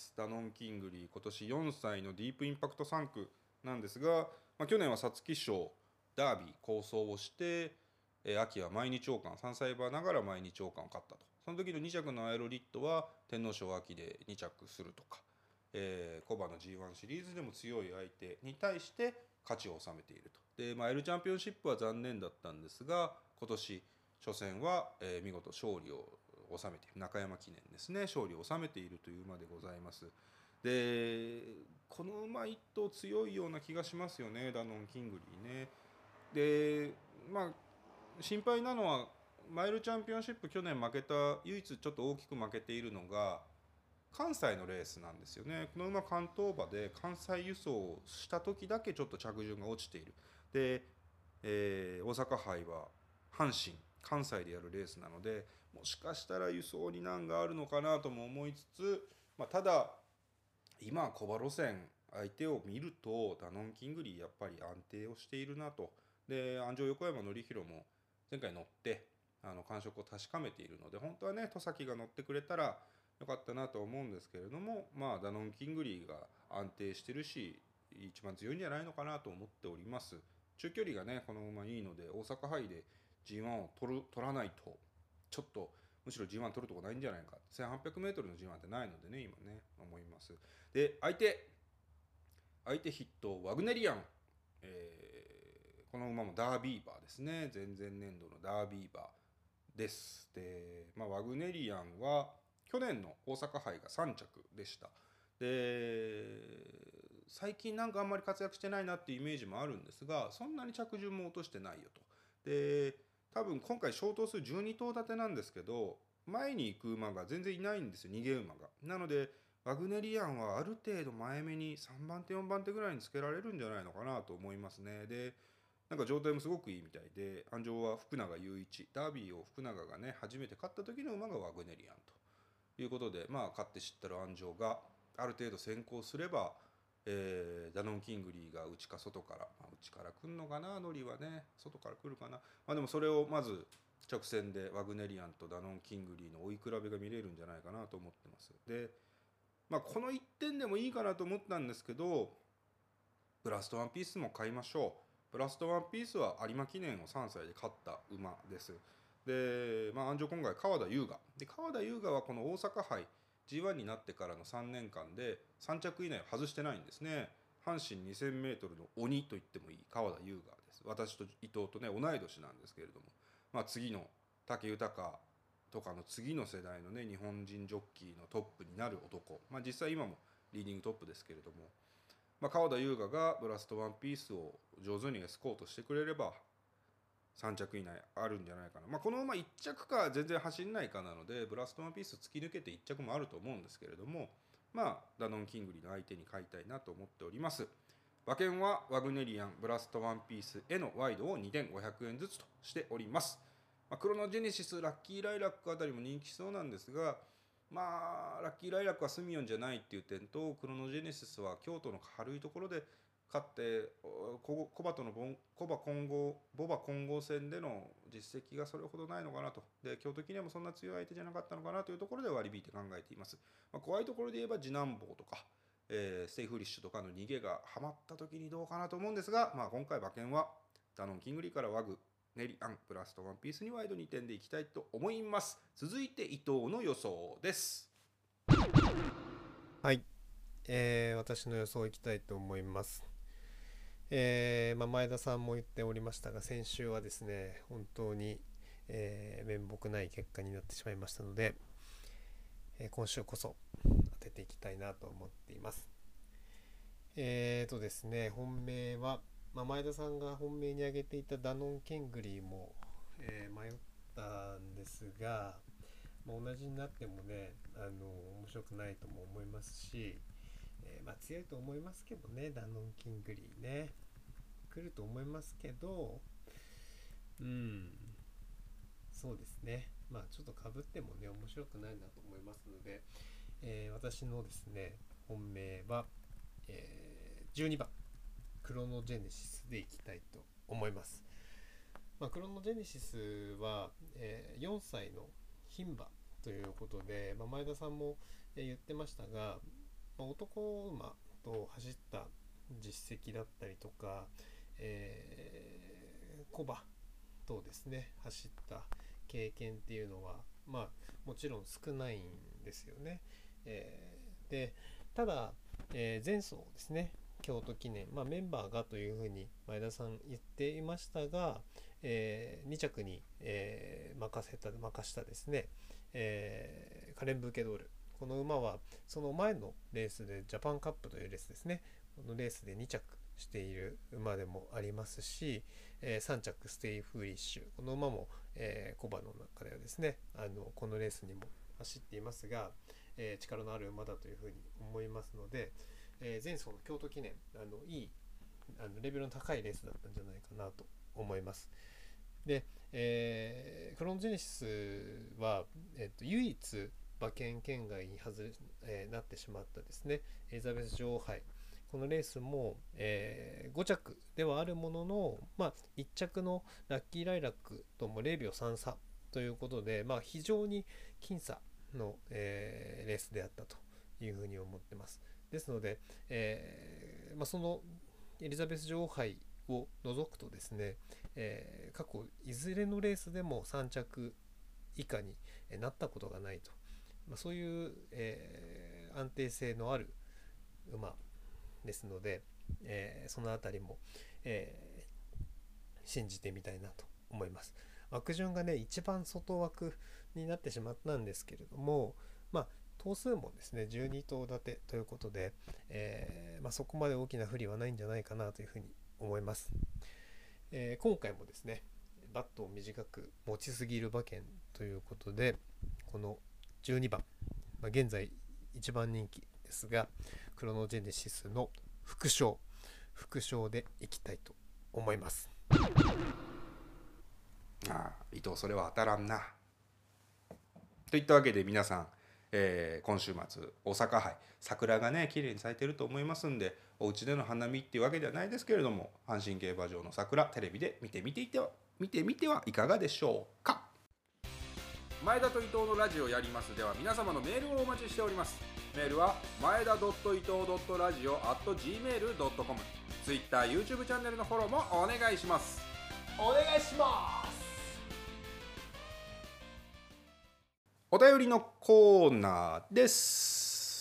ダノンキングリー、今年よんさいのディープインパクトさん区なんですが、まあ、去年は皐月賞ダービー構想をして、えー、秋は毎日王冠、さんさい馬ながら毎日王冠を勝ったと。その時のに着のアエロリットは天皇賞秋でに着するとか、えー、コバの ジーワン シリーズでも強い相手に対して勝ちを収めていると。で、まあ、L チャンピオンシップは残念だったんですが、今年初戦は、えー、見事勝利を収めている、中山記念ですね、勝利を収めているという馬でございます。で、この馬一頭強いような気がしますよね、ダノンキングリーね。で、まあ心配なのはマイルチャンピオンシップ去年負けた、唯一ちょっと大きく負けているのが関西のレースなんですよね。この馬関東馬で関西輸送をした時だけちょっと着順が落ちている。で、えー、大阪杯は阪神関西でやるレースなので、もしかしたら輸送に難があるのかなとも思いつつ、まあ、ただ今小馬路線相手を見るとダノンキングリーやっぱり安定をしているなと。で、安城横山典弘も前回乗ってあの感触を確かめているので、本当はね戸崎が乗ってくれたらよかったなと思うんですけれども、まあダノンキングリーが安定してるし一番強いんじゃないのかなと思っております。中距離がねこの馬いいので、大阪杯で ジーワン を取る取らないとちょっとむしろ ジーワン 取るとこないんじゃないか、せんはっぴゃくメートルの ジーワン ってないのでね、今ね思います。で、相手相手筆頭ワグネリアン、えー、この馬もダービー馬ですね、前々年度のダービー馬です。で、まあ、ワグネリアンは去年の大阪杯がさん着でした。で、最近なんかあんまり活躍してないなっていうイメージもあるんですが、そんなに着順も落としてないよと。で、多分今回消灯数じゅうに頭立てなんですけど、前に行く馬が全然いないんですよ、逃げ馬が。なのでワグネリアンはある程度前目にさんばん手よんばん手ぐらいにつけられるんじゃないのかなと思いますね。で、なんか状態もすごくいいみたいで、安城は福永雄一、ダービーを福永がね初めて勝った時の馬がワグネリアンということで、まあ勝って知ったる安城がある程度先行すれば、えー、ダノンキングリーが内か外から、まあ、内から来るのかな、ノリはね外から来るかな、まあ、でもそれをまず直線でワグネリアンとダノンキングリーの追い比べが見れるんじゃないかなと思ってます。で、まあ、このいってんでもいいかなと思ったんですけど、ブラストワンピースも買いましょう。ブラストワンピースは有馬記念をさんさいで勝った馬です。で、まあ、安城今回川田優雅で、川田優雅はこの大阪杯 ジーワン になってからのさんねんかんでさん着以内を外してないんですね。阪神 にせんメートル の鬼と言ってもいい川田優雅です。私と伊藤とね同い年なんですけれども、まあ、次の武豊とかの次の世代のね日本人ジョッキーのトップになる男、まあ、実際今もリーディングトップですけれども、まあ、川田優雅がブラストワンピースを上手にエスコートしてくれればさん着以内あるんじゃないかな。まあ、この馬いっ着か全然走んないかなので、ブラストワンピース突き抜けていっ着もあると思うんですけれども、まあダノンキングリーの相手に買いたいなと思っております。馬券はワグネリアンブラストワンピースへのワイドをにてんごひゃくえんずつとしております。まあ、クロノジェネシスラッキーライラックあたりも人気そうなんですが、まあラッキーライラックはスミヨンじゃないっていう点と、クロノジェネシスは京都の軽いところで勝ってコバとのコバ混合ボバ混合戦での実績がそれほどないのかなと。で、京都記念もそんな強い相手じゃなかったのかなというところで割り引いて考えています。まあ、怖いところで言えば次男坊とか、えー、ステイフリッシュとかの逃げがはまった時にどうかなと思うんですが、まあ、今回馬券はダノンキングリーからワグネリアンプラストワンピースにワイドにてんでいきたいと思います。続いて伊藤の予想です。 はい、えー、私の予想いきたいと思います。 えーまあ、前田さんも言っておりましたが、先週はですね本当に、えー面目ない結果になってしまいましたので、えー今週こそ当てていきたいなと思っています。えーとですね本命は、まあ、前田さんが本命に挙げていたダノン・ケングリーも、えー迷ったんですが、まあ、同じになってもねあの面白くないとも思いますし、えーまあ、強いと思いますけどね、ダノン・キングリーね来ると思いますけど、うんそうですね、まあちょっとかぶってもね面白くないなと思いますので、えー私のですね本命は、えーじゅうにばんクロノジェネシスでいきたいと思います。まあ、クロノジェネシスは、えーよんさいの牝馬ということで、まあ、前田さんもえー言ってましたが、まあ、男馬と走った実績だったりとか、えー、コバとですね走った経験っていうのはまあもちろん少ないんですよね。えーでただ、えー前走ですね京都記念、まあ、メンバーがというふうに前田さん言っていましたが、えーに着に、えー任せた任したですね、えーカレン・ブーケドール、この馬はその前のレースでジャパンカップというレースですね、このレースでに着している馬でもありますし、えーさん着ステイフーリッシュ、この馬も、えーコバの中ではですねあのこのレースにも走っていますが、えー力のある馬だというふうに思いますので、えー前走の京都記念あのいいあのレベルの高いレースだったんじゃないかなと思います。で、えークロノジェネシスは、えーと唯一馬券圏外に外れ、えーなってしまったですねエリザベス女王杯、このレースも、えーご着ではあるものの、まあ、いち着のラッキーライラックともれいびょうさん差ということで、まあ、非常に僅差の、えーレースであったというふうに思ってます。ですので、えーまあ、そのエリザベス女王杯を除くとですね、えー過去いずれのレースでもさん着以下になったことがないと、まあ、そういう、えー安定性のある馬ですので、えーそのあたりも、えー信じてみたいなと思います。枠順がね一番外枠になってしまったんですけれども、まあ頭数もですねじゅうに頭立てということで、えーまあ、そこまで大きな不利はないんじゃないかなというふうに思います。えー今回もですねバットを短く持ちすぎる馬券ということで、このじゅうにばん、まあ、現在いちばん人気ですがクロノジェネシスの副賞副賞でいきたいと思います。 ああ、伊藤それは当たらんな。といったわけで皆さん、えー今週末大阪杯桜がね綺麗に咲いてると思いますんで、お家での花見っていうわけではないですけれども、阪神競馬場の桜テレビで見てみていては見てみてはいかがでしょうか。前田と伊藤のラジオやりますでは皆様のメールをお待ちしております。メールは前田伊藤ラジオ アットジーメールドットコム、 Twitter、YouTube チャンネルのフォローもお願いします。 お願いします。 お便りのコーナーです。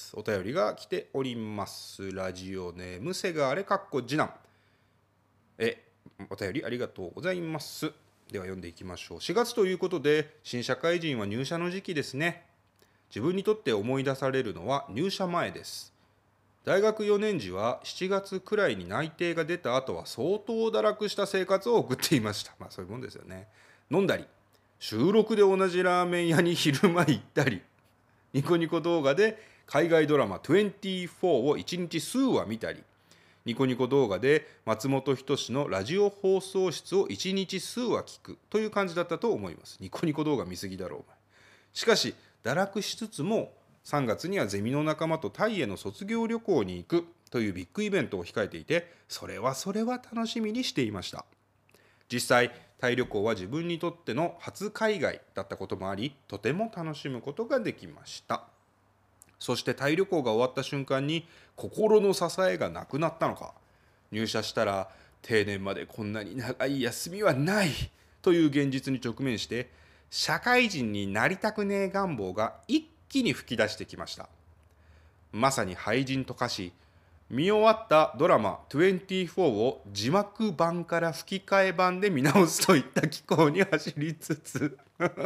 お便りが来ております。ラジオネームセガーレかっこ次男、えお便りありがとうございます。では読んでいきましょう。しがつということで新社会人は入社の時期ですね。自分にとって思い出されるのは入社前です。大学よねん時はしちがつくらいに内定が出た後は相当堕落した生活を送っていました。まあそういうもんですよね。飲んだり、収録で同じラーメン屋に昼間行ったり、ニコニコ動画で海外ドラマにじゅうよんをいちにち数話見たり、ニコニコ動画で松本人志のラジオ放送室をいちにち数話聞くという感じだったと思います。ニコニコ動画見すぎだろうお前。しかし堕落しつつもさんがつにはゼミの仲間とタイへの卒業旅行に行くというビッグイベントを控えていて、それはそれは楽しみにしていました。実際タイ旅行は自分にとっての初海外だったこともあり、とても楽しむことができました。そしてタイ旅行が終わった瞬間に心の支えがなくなったのか、入社したら定年までこんなに長い休みはないという現実に直面して、社会人になりたくねえ願望が一気に吹き出してきました。まさに廃人と化し、 見終わったドラマにじゅうよんを字幕版から吹き替え版で見直すといった機構に走りつつ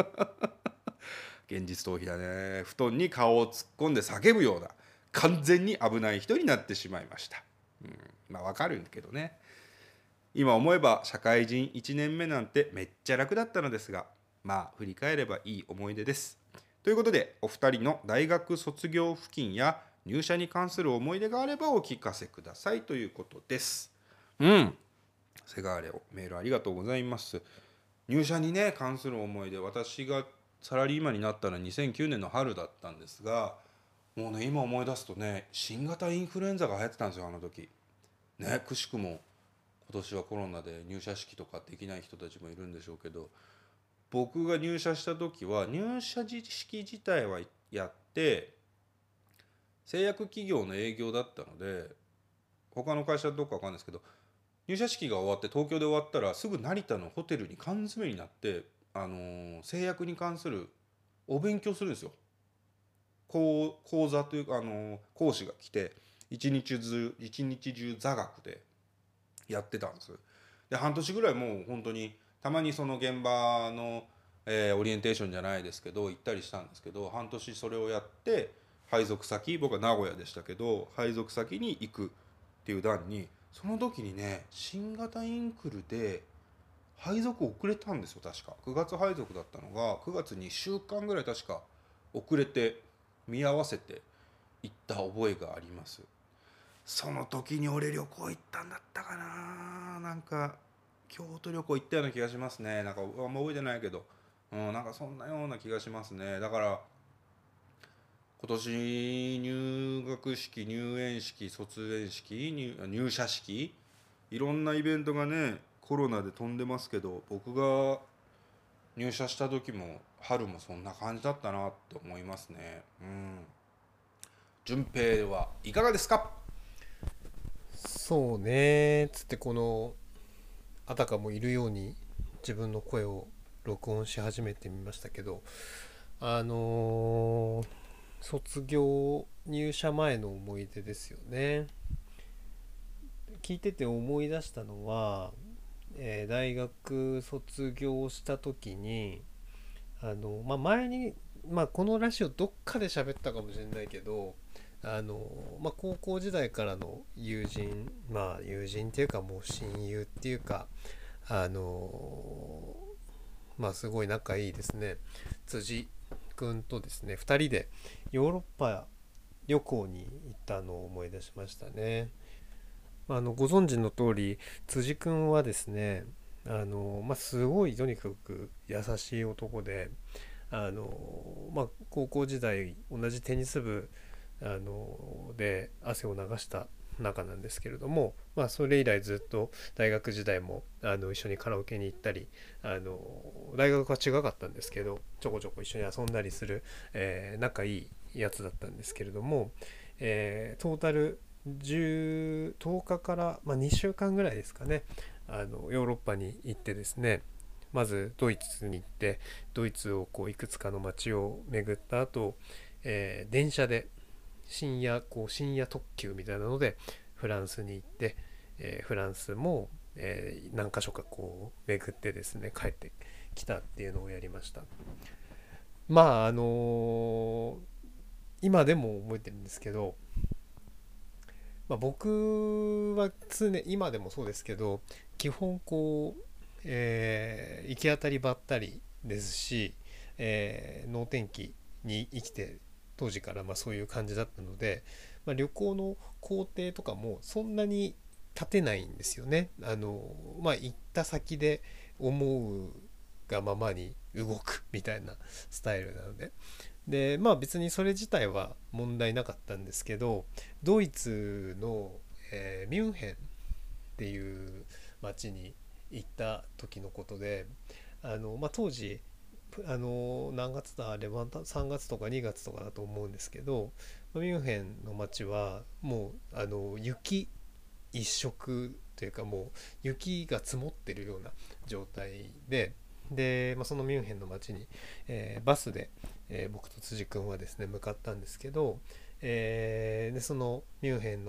現実逃避だね。布団に顔を突っ込んで叫ぶような完全に危ない人になってしまいました。うん、まあわかるんだけどね。今思えば社会人いちねんめなんてめっちゃ楽だったのですが、まあ振り返ればいい思い出です。ということで、お二人の大学卒業付近や入社に関する思い出があればお聞かせくださいということです。うん。セガーレオ、メールありがとうございます。入社にね、関する思い出、私がサラリーマンになったのはにせんきゅうねんの春だったんですが、もうね、今思い出すとね、新型インフルエンザが流行ってたんですよ、あの時。ね、くしくも今年はコロナで入社式とかできない人たちもいるんでしょうけど、僕が入社した時は入社式自体はやって製薬企業の営業だったので、他の会社どうか分かんないですけど、入社式が終わって東京で終わったらすぐ成田のホテルに缶詰になって、あのー製薬に関するお勉強するんですよ。講講座というか、あのー講師が来て一日中一日中座学でやってたんです。で半年ぐらいもう本当にたまにその現場の、えーオリエンテーションじゃないですけど行ったりしたんですけど、半年それをやって配属先、僕は名古屋でしたけど配属先に行くっていう段に、その時にね新型インフルで配属遅れたんですよ。確かくがつ配属だったのがくがつにしゅうかんぐらい確か遅れて見合わせて行った覚えがあります。その時に俺旅行行ったんだったかな、なんか京都旅行行ったような気がしますね。なんかあんま覚えてないけど、うん、なんかそんなような気がしますね。だから今年入学式、入園式、卒園式、入入社式、いろんなイベントがねコロナで飛んでますけど、僕が入社した時も春もそんな感じだったなって思いますね。うん。順平はいかがですか？ そうねつってこのあたかもいるように自分の声を録音し始めてみましたけど、あのー卒業入社前の思い出ですよね。聞いてて思い出したのは、えー大学卒業した時にあの、まあ、前に、まあ、このラジオどっかで喋ったかもしれないけど、あの、まあ、高校時代からの友人、まあ友人っていうかもう親友っていうか、あのまあすごい仲いいですね、辻君とですねふたりでヨーロッパ旅行に行ったのを思い出しましたね。まあ、あのご存知の通り辻君はですね、あの、まあ、すごいとにかく優しい男で、あの、まあ、高校時代同じテニス部あので汗を流した仲なんですけれども、まあ、それ以来ずっと大学時代もあの一緒にカラオケに行ったり、あの大学は違かったんですけどちょこちょこ一緒に遊んだりする、えー仲いいやつだったんですけれども、えートータルじゅう、とおかから、まあ、にしゅうかんぐらいですかね、あのヨーロッパに行ってですね、まずドイツに行ってドイツをこういくつかの街を巡った後、えー電車で深夜こう深夜特急みたいなのでフランスに行って、えーフランスも、えー何か所かこう巡ってですね帰ってきたっていうのをやりました。まああのー今でも覚えてるんですけど、まあ、僕は常今でもそうですけど基本こう、えー行き当たりばったりですし、えー、能天気に生きて当時からまあそういう感じだったので、まあ、旅行の工程とかもそんなに立てないんですよね。あの、まあ、行った先で思うがままに動くみたいなスタイルなので、でまあ別にそれ自体は問題なかったんですけど、ドイツの、えーミュンヘンっていう町に行った時のことで、あの、まあ、当時あの何月だあれはさんがつとかにがつとかだと思うんですけど、ミュンヘンの街はもうあの雪一色というかもう雪が積もってるような状態で、で、まあ、そのミュンヘンの街に、えーバスで、えー僕と辻君はですね向かったんですけど、えーでそのミュンヘンの、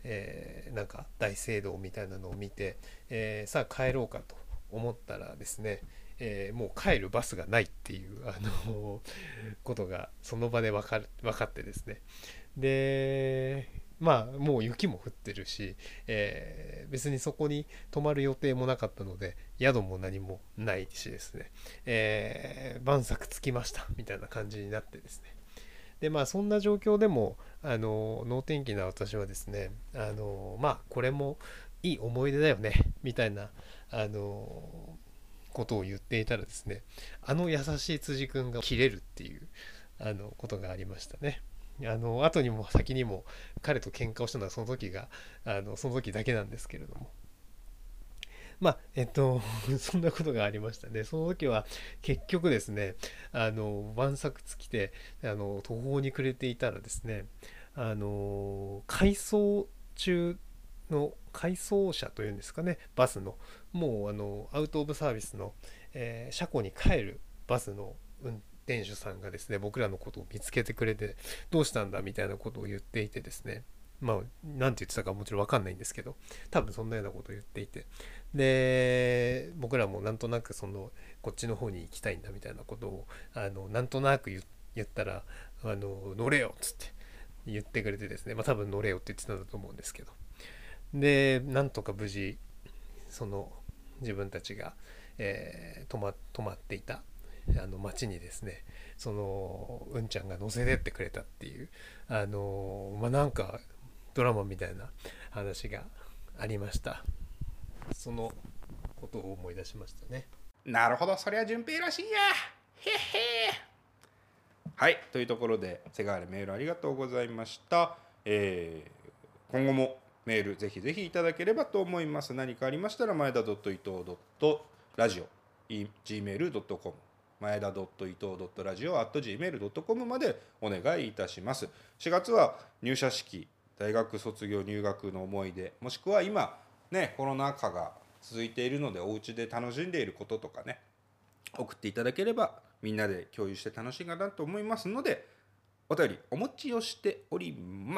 えーなんか大聖堂みたいなのを見て、えーさあ帰ろうかと思ったらですね、えーもう帰るバスがないっていうあのことがその場で分かる分かってですね、でまあもう雪も降ってるし、えー別にそこに泊まる予定もなかったので宿も何もないしですね、えー晩作つきましたみたいな感じになってですね、でまあそんな状況でもあの能天気な私はですね、あのまあこれもいい思い出だよねみたいなあのことを言っていたらですね、あの優しい辻君が切れるっていうあのことがありましたね。あの後にも先にも彼と喧嘩をしたのはその時があのその時だけなんですけれども、まあえっとそんなことがありましたね。その時は結局ですね、あの晩作尽きてあの途方に暮れていたらですね、あの回送中の回送車というんですかね、バスのもうあのアウト・オブ・サービスの、えー車庫に帰るバスの運転手さんがですね、僕らのことを見つけてくれて、どうしたんだみたいなことを言っていてですね、まあ何て言ってたかもちろん分かんないんですけど、多分そんなようなことを言っていて、で僕らもなんとなくそのこっちの方に行きたいんだみたいなことをあのなんとなく言言ったら、あの乗れよっつって言ってくれてですね、まあ多分乗れよって言ってたんだと思うんですけど、でなんとか無事その自分たちが、えー泊ま泊まっていたあの町にですね、そのうんちゃんが乗せてってくれたっていう、あのまあなんかドラマみたいな話がありました。そのことを思い出しましたね。 なるほど、そりゃ順平らしいや。へへ。はい、というところでセガールメールありがとうございました。えー今後もメールぜひぜひいただければと思います。何かありましたら前田伊藤ラジオ ジーメールドットコム 前田伊藤ラジオ アットジーメールドットコム までお願いいたします。しがつは入社式、大学卒業入学の思い出、もしくは今ねコロナ禍が続いているのでお家で楽しんでいることとかね、送っていただければみんなで共有して楽しいかなと思いますので、お便りお待ちをしております。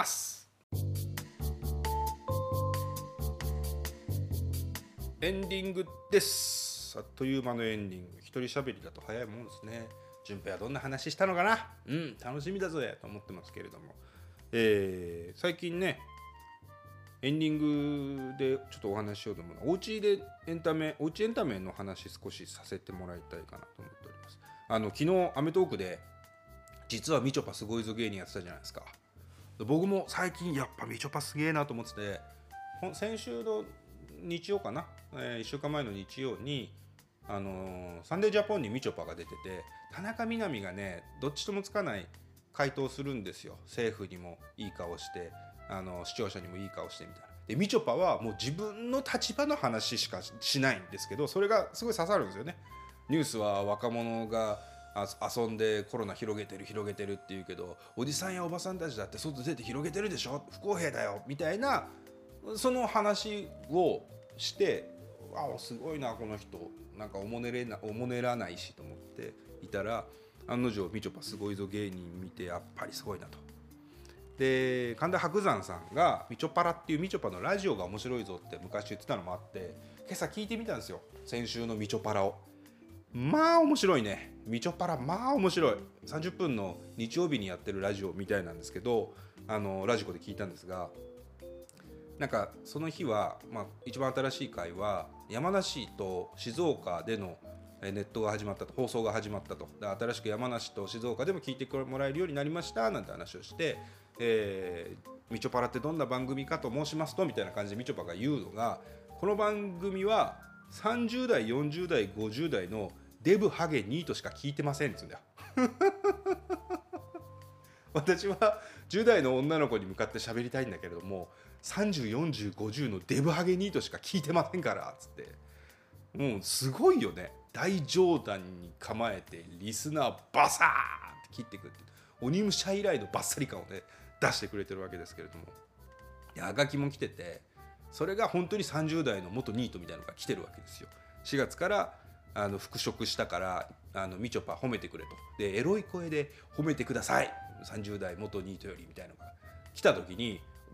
エンディングです。あっという間のエンディング。一人喋りだと早いもんですね。順平はどんな話したのかな。うん楽しみだぜと思ってますけれども、えー、最近ねエンディングでちょっとお話ししようと思うのは、おうちでエンタメおうちエンタメの話少しさせてもらいたいかなと思っております。あの昨日アメトークで実はみちょぱすごいぞ芸人やってたじゃないですか。僕も最近やっぱみちょぱすげえなと思ってて、先週の日曜かな、えー、いっしゅうかんまえの日曜に、あのー、サンデージャポンにみちょぱが出てて、田中みな実がねどっちともつかない回答するんですよ。政府にもいい顔して、あのー、視聴者にもいい顔してみたいな。でみちょぱはもう自分の立場の話しかしないんですけど、それがすごい刺さるんですよね。ニュースは若者が遊んでコロナ広げてる広げてるって言うけど、おじさんやおばさんたちだって外出て広げてるでしょ、不公平だよみたいな、その話をして、あすごいなこの人、なんかおもねれなおもねらないしと思っていたら、案の定みちょぱすごいぞ芸人見てやっぱりすごいなと。で神田伯山さんがみちょぱらっていうみちょぱのラジオが面白いぞって昔言ってたのもあって、今朝聞いてみたんですよ、先週のみちょぱらを。まあ面白いね、みちょぱらまあ面白い。さんじゅっぷんの日曜日にやってるラジオみたいなんですけど、あのラジコで聞いたんですが、なんかその日は、まあ、一番新しい回は山梨と静岡でのネットが始まったと、放送が始まったと、で新しく山梨と静岡でも聞いてもらえるようになりましたなんて話をして、えー、みちょぱらってどんな番組かと申しますとみたいな感じでみちょぱが言うのが、この番組はさんじゅう代よんじゅう代ごじゅう代のデブハゲニートしか聞いてませんっつうんだよ私はじゅう代の女の子に向かって喋りたいんだけれども、さんじゅう、よんじゅう、ごじゅうのデブハゲニートしか聞いてませんからっつって、もうすごいよね。大上段に構えてリスナーバサーって切ってくって、鬼武者以来のバッサリ感をね出してくれてるわけですけれども、あがきも来てて、それが本当にさんじゅう代の元ニートみたいなのが来てるわけですよ。しがつからあの復職したからあのみちょぱ褒めてくれと、でエロい声で褒めてくださいさんじゅう代元ニートよりみたいなのが来た時に、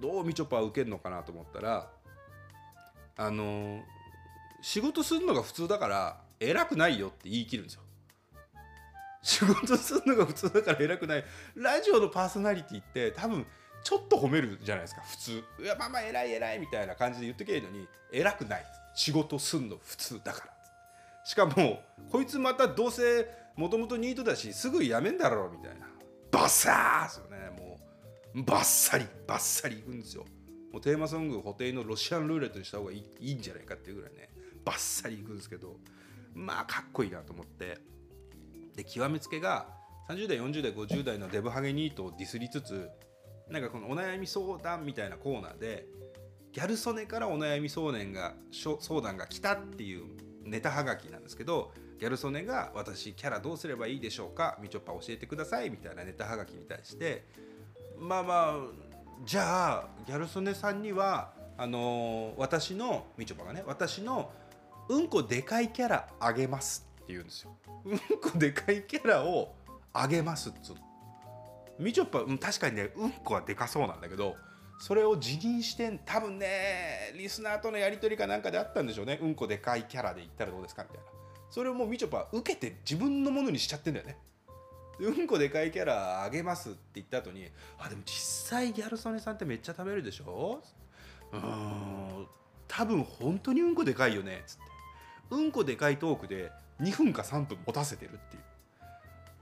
どうみちょぱは受けるのかなと思ったら、あのー、仕事するのが普通だから偉くないよって言い切るんですよ。仕事するのが普通だから偉くない。ラジオのパーソナリティって多分ちょっと褒めるじゃないですか普通。いやまあまあ偉い偉いみたいな感じで言ってけるのに、偉くない、仕事すんの普通だから。しかもこいつまたどうせもともとニートだしすぐ辞めんだろうみたいな、バッサーですよね。もうバッサリバッサリいくんですよ。もうテーマソング補定のロシアンルーレットにした方がいい、いいんじゃないかっていうぐらいねバッサリいくんですけど、まあかっこいいなと思って。で極めつけがさんじゅう代よんじゅう代ごじゅう代のデブハゲニートをディスりつつ、なんかこのお悩み相談みたいなコーナーでギャル曽根からお悩み相談が相談が来たっていうネタはがきなんですけど、ギャル曽根が私キャラどうすればいいでしょうか、みちょぱ教えてくださいみたいなネタはがきに対して、まあまあじゃあギャル曽根さんにはあのー、私のみちょぱがね私のうんこでかいキャラあげますって言うんですよ。うんこでかいキャラをあげますっつうの。みちょぱ、うん、確かにねうんこはでかそうなんだけど、それを辞任して多分ねリスナーとのやり取りかなんかであったんでしょうね。うんこでかいキャラで言ったらどうですかみたいな。それをもうみちょぱ受けて自分のものにしちゃってんだよね。うんこでかいキャラあげますって言った後に、あでも実際ギャル曽根さんってめっちゃ食べるでしょ、うーん多分本当にうんこでかいよねつって、うんこでかいトークでにふんかさんぷん持たせてるっていう、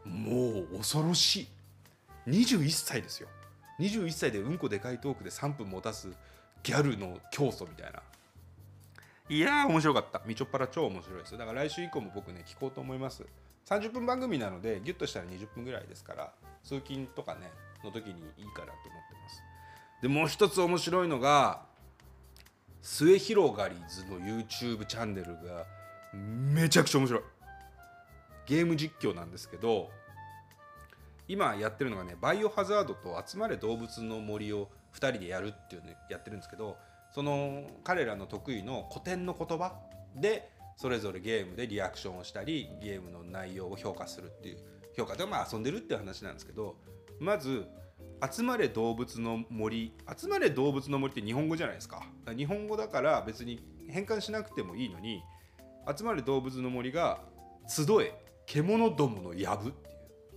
もう恐ろしい。にじゅういっさいですよ。にじゅういっさいでうんこでかいトークでさんぷん持たすギャルの教祖みたいな。いやー面白かった。みちょっぱら超面白いですよ。だから来週以降も僕ね聞こうと思います。さんじゅっぷん番組なのでギュッとしたらにじゅっぷんぐらいですから、通勤とかねの時にいいかなと思ってます。でもう一つ面白いのが末広がりずの YouTube チャンネルがめちゃくちゃ面白い。ゲーム実況なんですけど、今やってるのがねバイオハザードと集まれ動物の森をふたりでやるっていうのやってるんですけど、その彼らの得意の古典の言葉でそれぞれゲームでリアクションをしたりゲームの内容を評価するっていう、評価でまあ遊んでるっていう話なんですけど、まず集まれ動物の森、集まれ動物の森って日本語じゃないですか。日本語だから別に変換しなくてもいいのに、集まれ動物の森が集え獣どものやぶって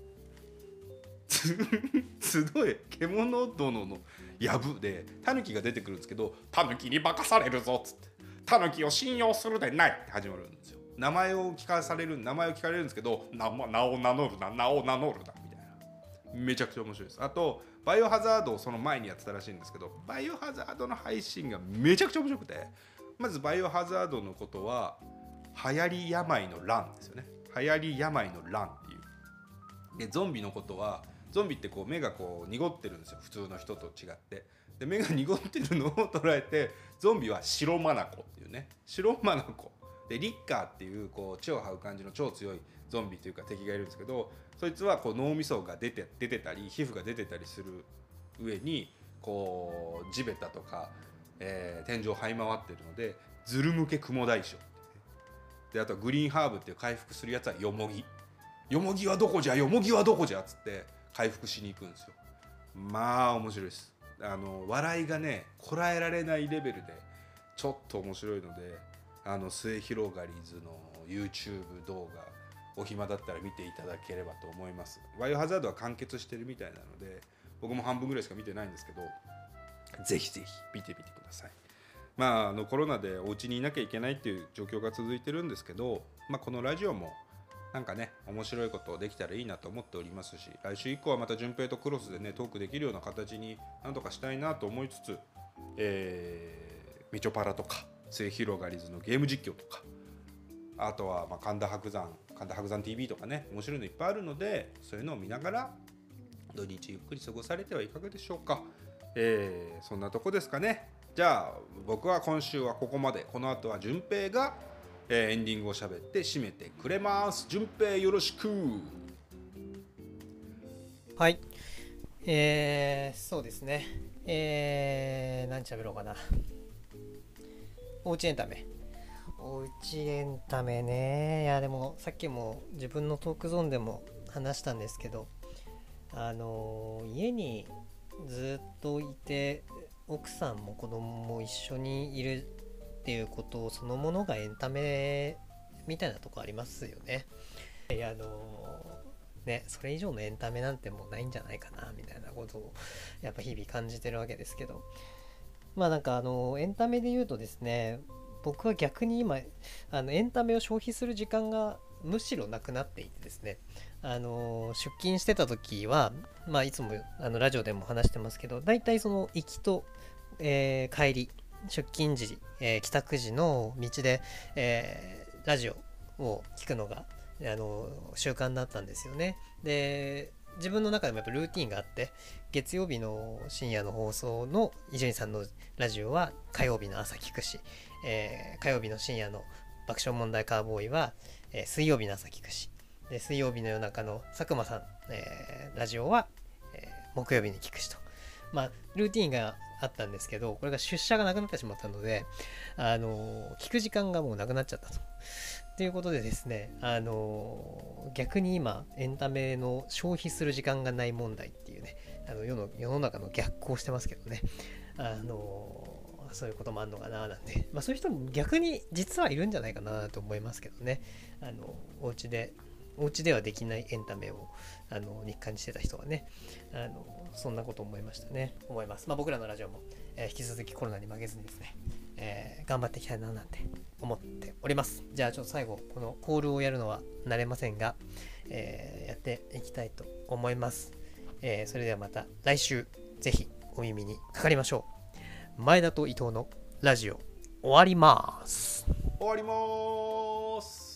いう集え獣殿のやぶでタヌキが出てくるんですけど、タヌキに化かされるぞっつって、タヌキを信用するでないって始まるんですよ。名前を聞かされる名前を聞かれるんですけど、名, 名を名乗るな名を名乗るなみたいな、めちゃくちゃ面白いです。あとバイオハザードをその前にやってたらしいんですけど、バイオハザードの配信がめちゃくちゃ面白くて、まずバイオハザードのことは流行り病の乱ですよね。流行り病の乱っていう。でゾンビのことは、ゾンビってこう目がこう濁ってるんですよ普通の人と違って。で目が濁ってるのを捉えてゾンビは白マナコっていうね、白マナコでリッカーっていうこう血を這う感じの超強いゾンビというか敵がいるんですけど、そいつはこう脳みそが出て出てたり皮膚が出てたりする上にこう地べたとか、えー、天井を這い回ってるのでズル向け雲大将で、あとはグリーンハーブっていう回復するやつはヨモギ、ヨモギはどこじゃヨモギはどこじゃっつって回復しに行くんですよ。まあ面白いです。あの笑いがねこらえられないレベルでちょっと面白いので、あの末広がりずの YouTube 動画お暇だったら見ていただければと思います。バイオハザードは完結してるみたいなので僕も半分ぐらいしか見てないんですけど、ぜひぜひ見てみてください。まあ、あのコロナでお家にいなきゃいけないっていう状況が続いてるんですけど、まあ、このラジオもなんかね面白いことできたらいいなと思っておりますし、来週以降はまた順平とクロスでねトークできるような形になんとかしたいなと思いつつ、えー、みちょぱらとか末広がりずのゲーム実況とか、あとはまあ神田伯山神田伯山 ティーブイ とかね面白いのいっぱいあるので、そういうのを見ながら土日ゆっくり過ごされてはいかがでしょうか。えー、そんなとこですかね。じゃあ僕は今週はここまで。この後は順平が、えー、エンディングを喋って締めてくれます。順平よろしく。 はい、えー、そうですね。えー、何喋ろうかな。おうちエンタメ。おうちエンタメね。いやでもさっきも自分のトークゾーンでも話したんですけど、あのー、家にずっといて奥さんも子供も一緒にいるっていうことそのものがエンタメみたいなとこありますよね。いやあのねそれ以上のエンタメなんてもうないんじゃないかなみたいなことをやっぱ日々感じてるわけですけど、まあなんかあのエンタメで言うとですね、僕は逆に今あのエンタメを消費する時間がむしろなくなっていてですね、あの出勤してた時は、まあ、いつもあのラジオでも話してますけど、だいたいその行きと、えー帰り出勤時、えー帰宅時の道で、えーラジオを聞くのがあの習慣だったんですよね。で自分の中でもやっぱルーティンがあって、月曜日の深夜の放送の伊集院さんのラジオは火曜日の朝聞くし、えー火曜日の深夜の爆笑問題カーボーイは、えー水曜日の朝聞くし、で水曜日の夜中の佐久間さん、えーラジオは、えー木曜日に聞くしと、まあルーティンがあったんですけど、これが出社がなくなってしまったので、あのー聞く時間がもうなくなっちゃったと。ということでですね、あのー逆に今エンタメの消費する時間がない問題っていうね、あの世の世の中の逆行してますけどね、あのーそういうこともあるのかななんて、まあ、そういう人も逆に実はいるんじゃないかなと思いますけどね。あのお家でお家ではできないエンタメをあの日課にしてた人はね、あのそんなこと思いましたね。思います。まあ、僕らのラジオも、えー引き続きコロナに負けずにですね、えー頑張っていきたいななんて思っております。じゃあちょっと最後このコールをやるのは慣れませんが、えーやっていきたいと思います。えーそれではまた来週ぜひお耳にかかりましょう。前田と伊藤のラジオ終わります。 終わります。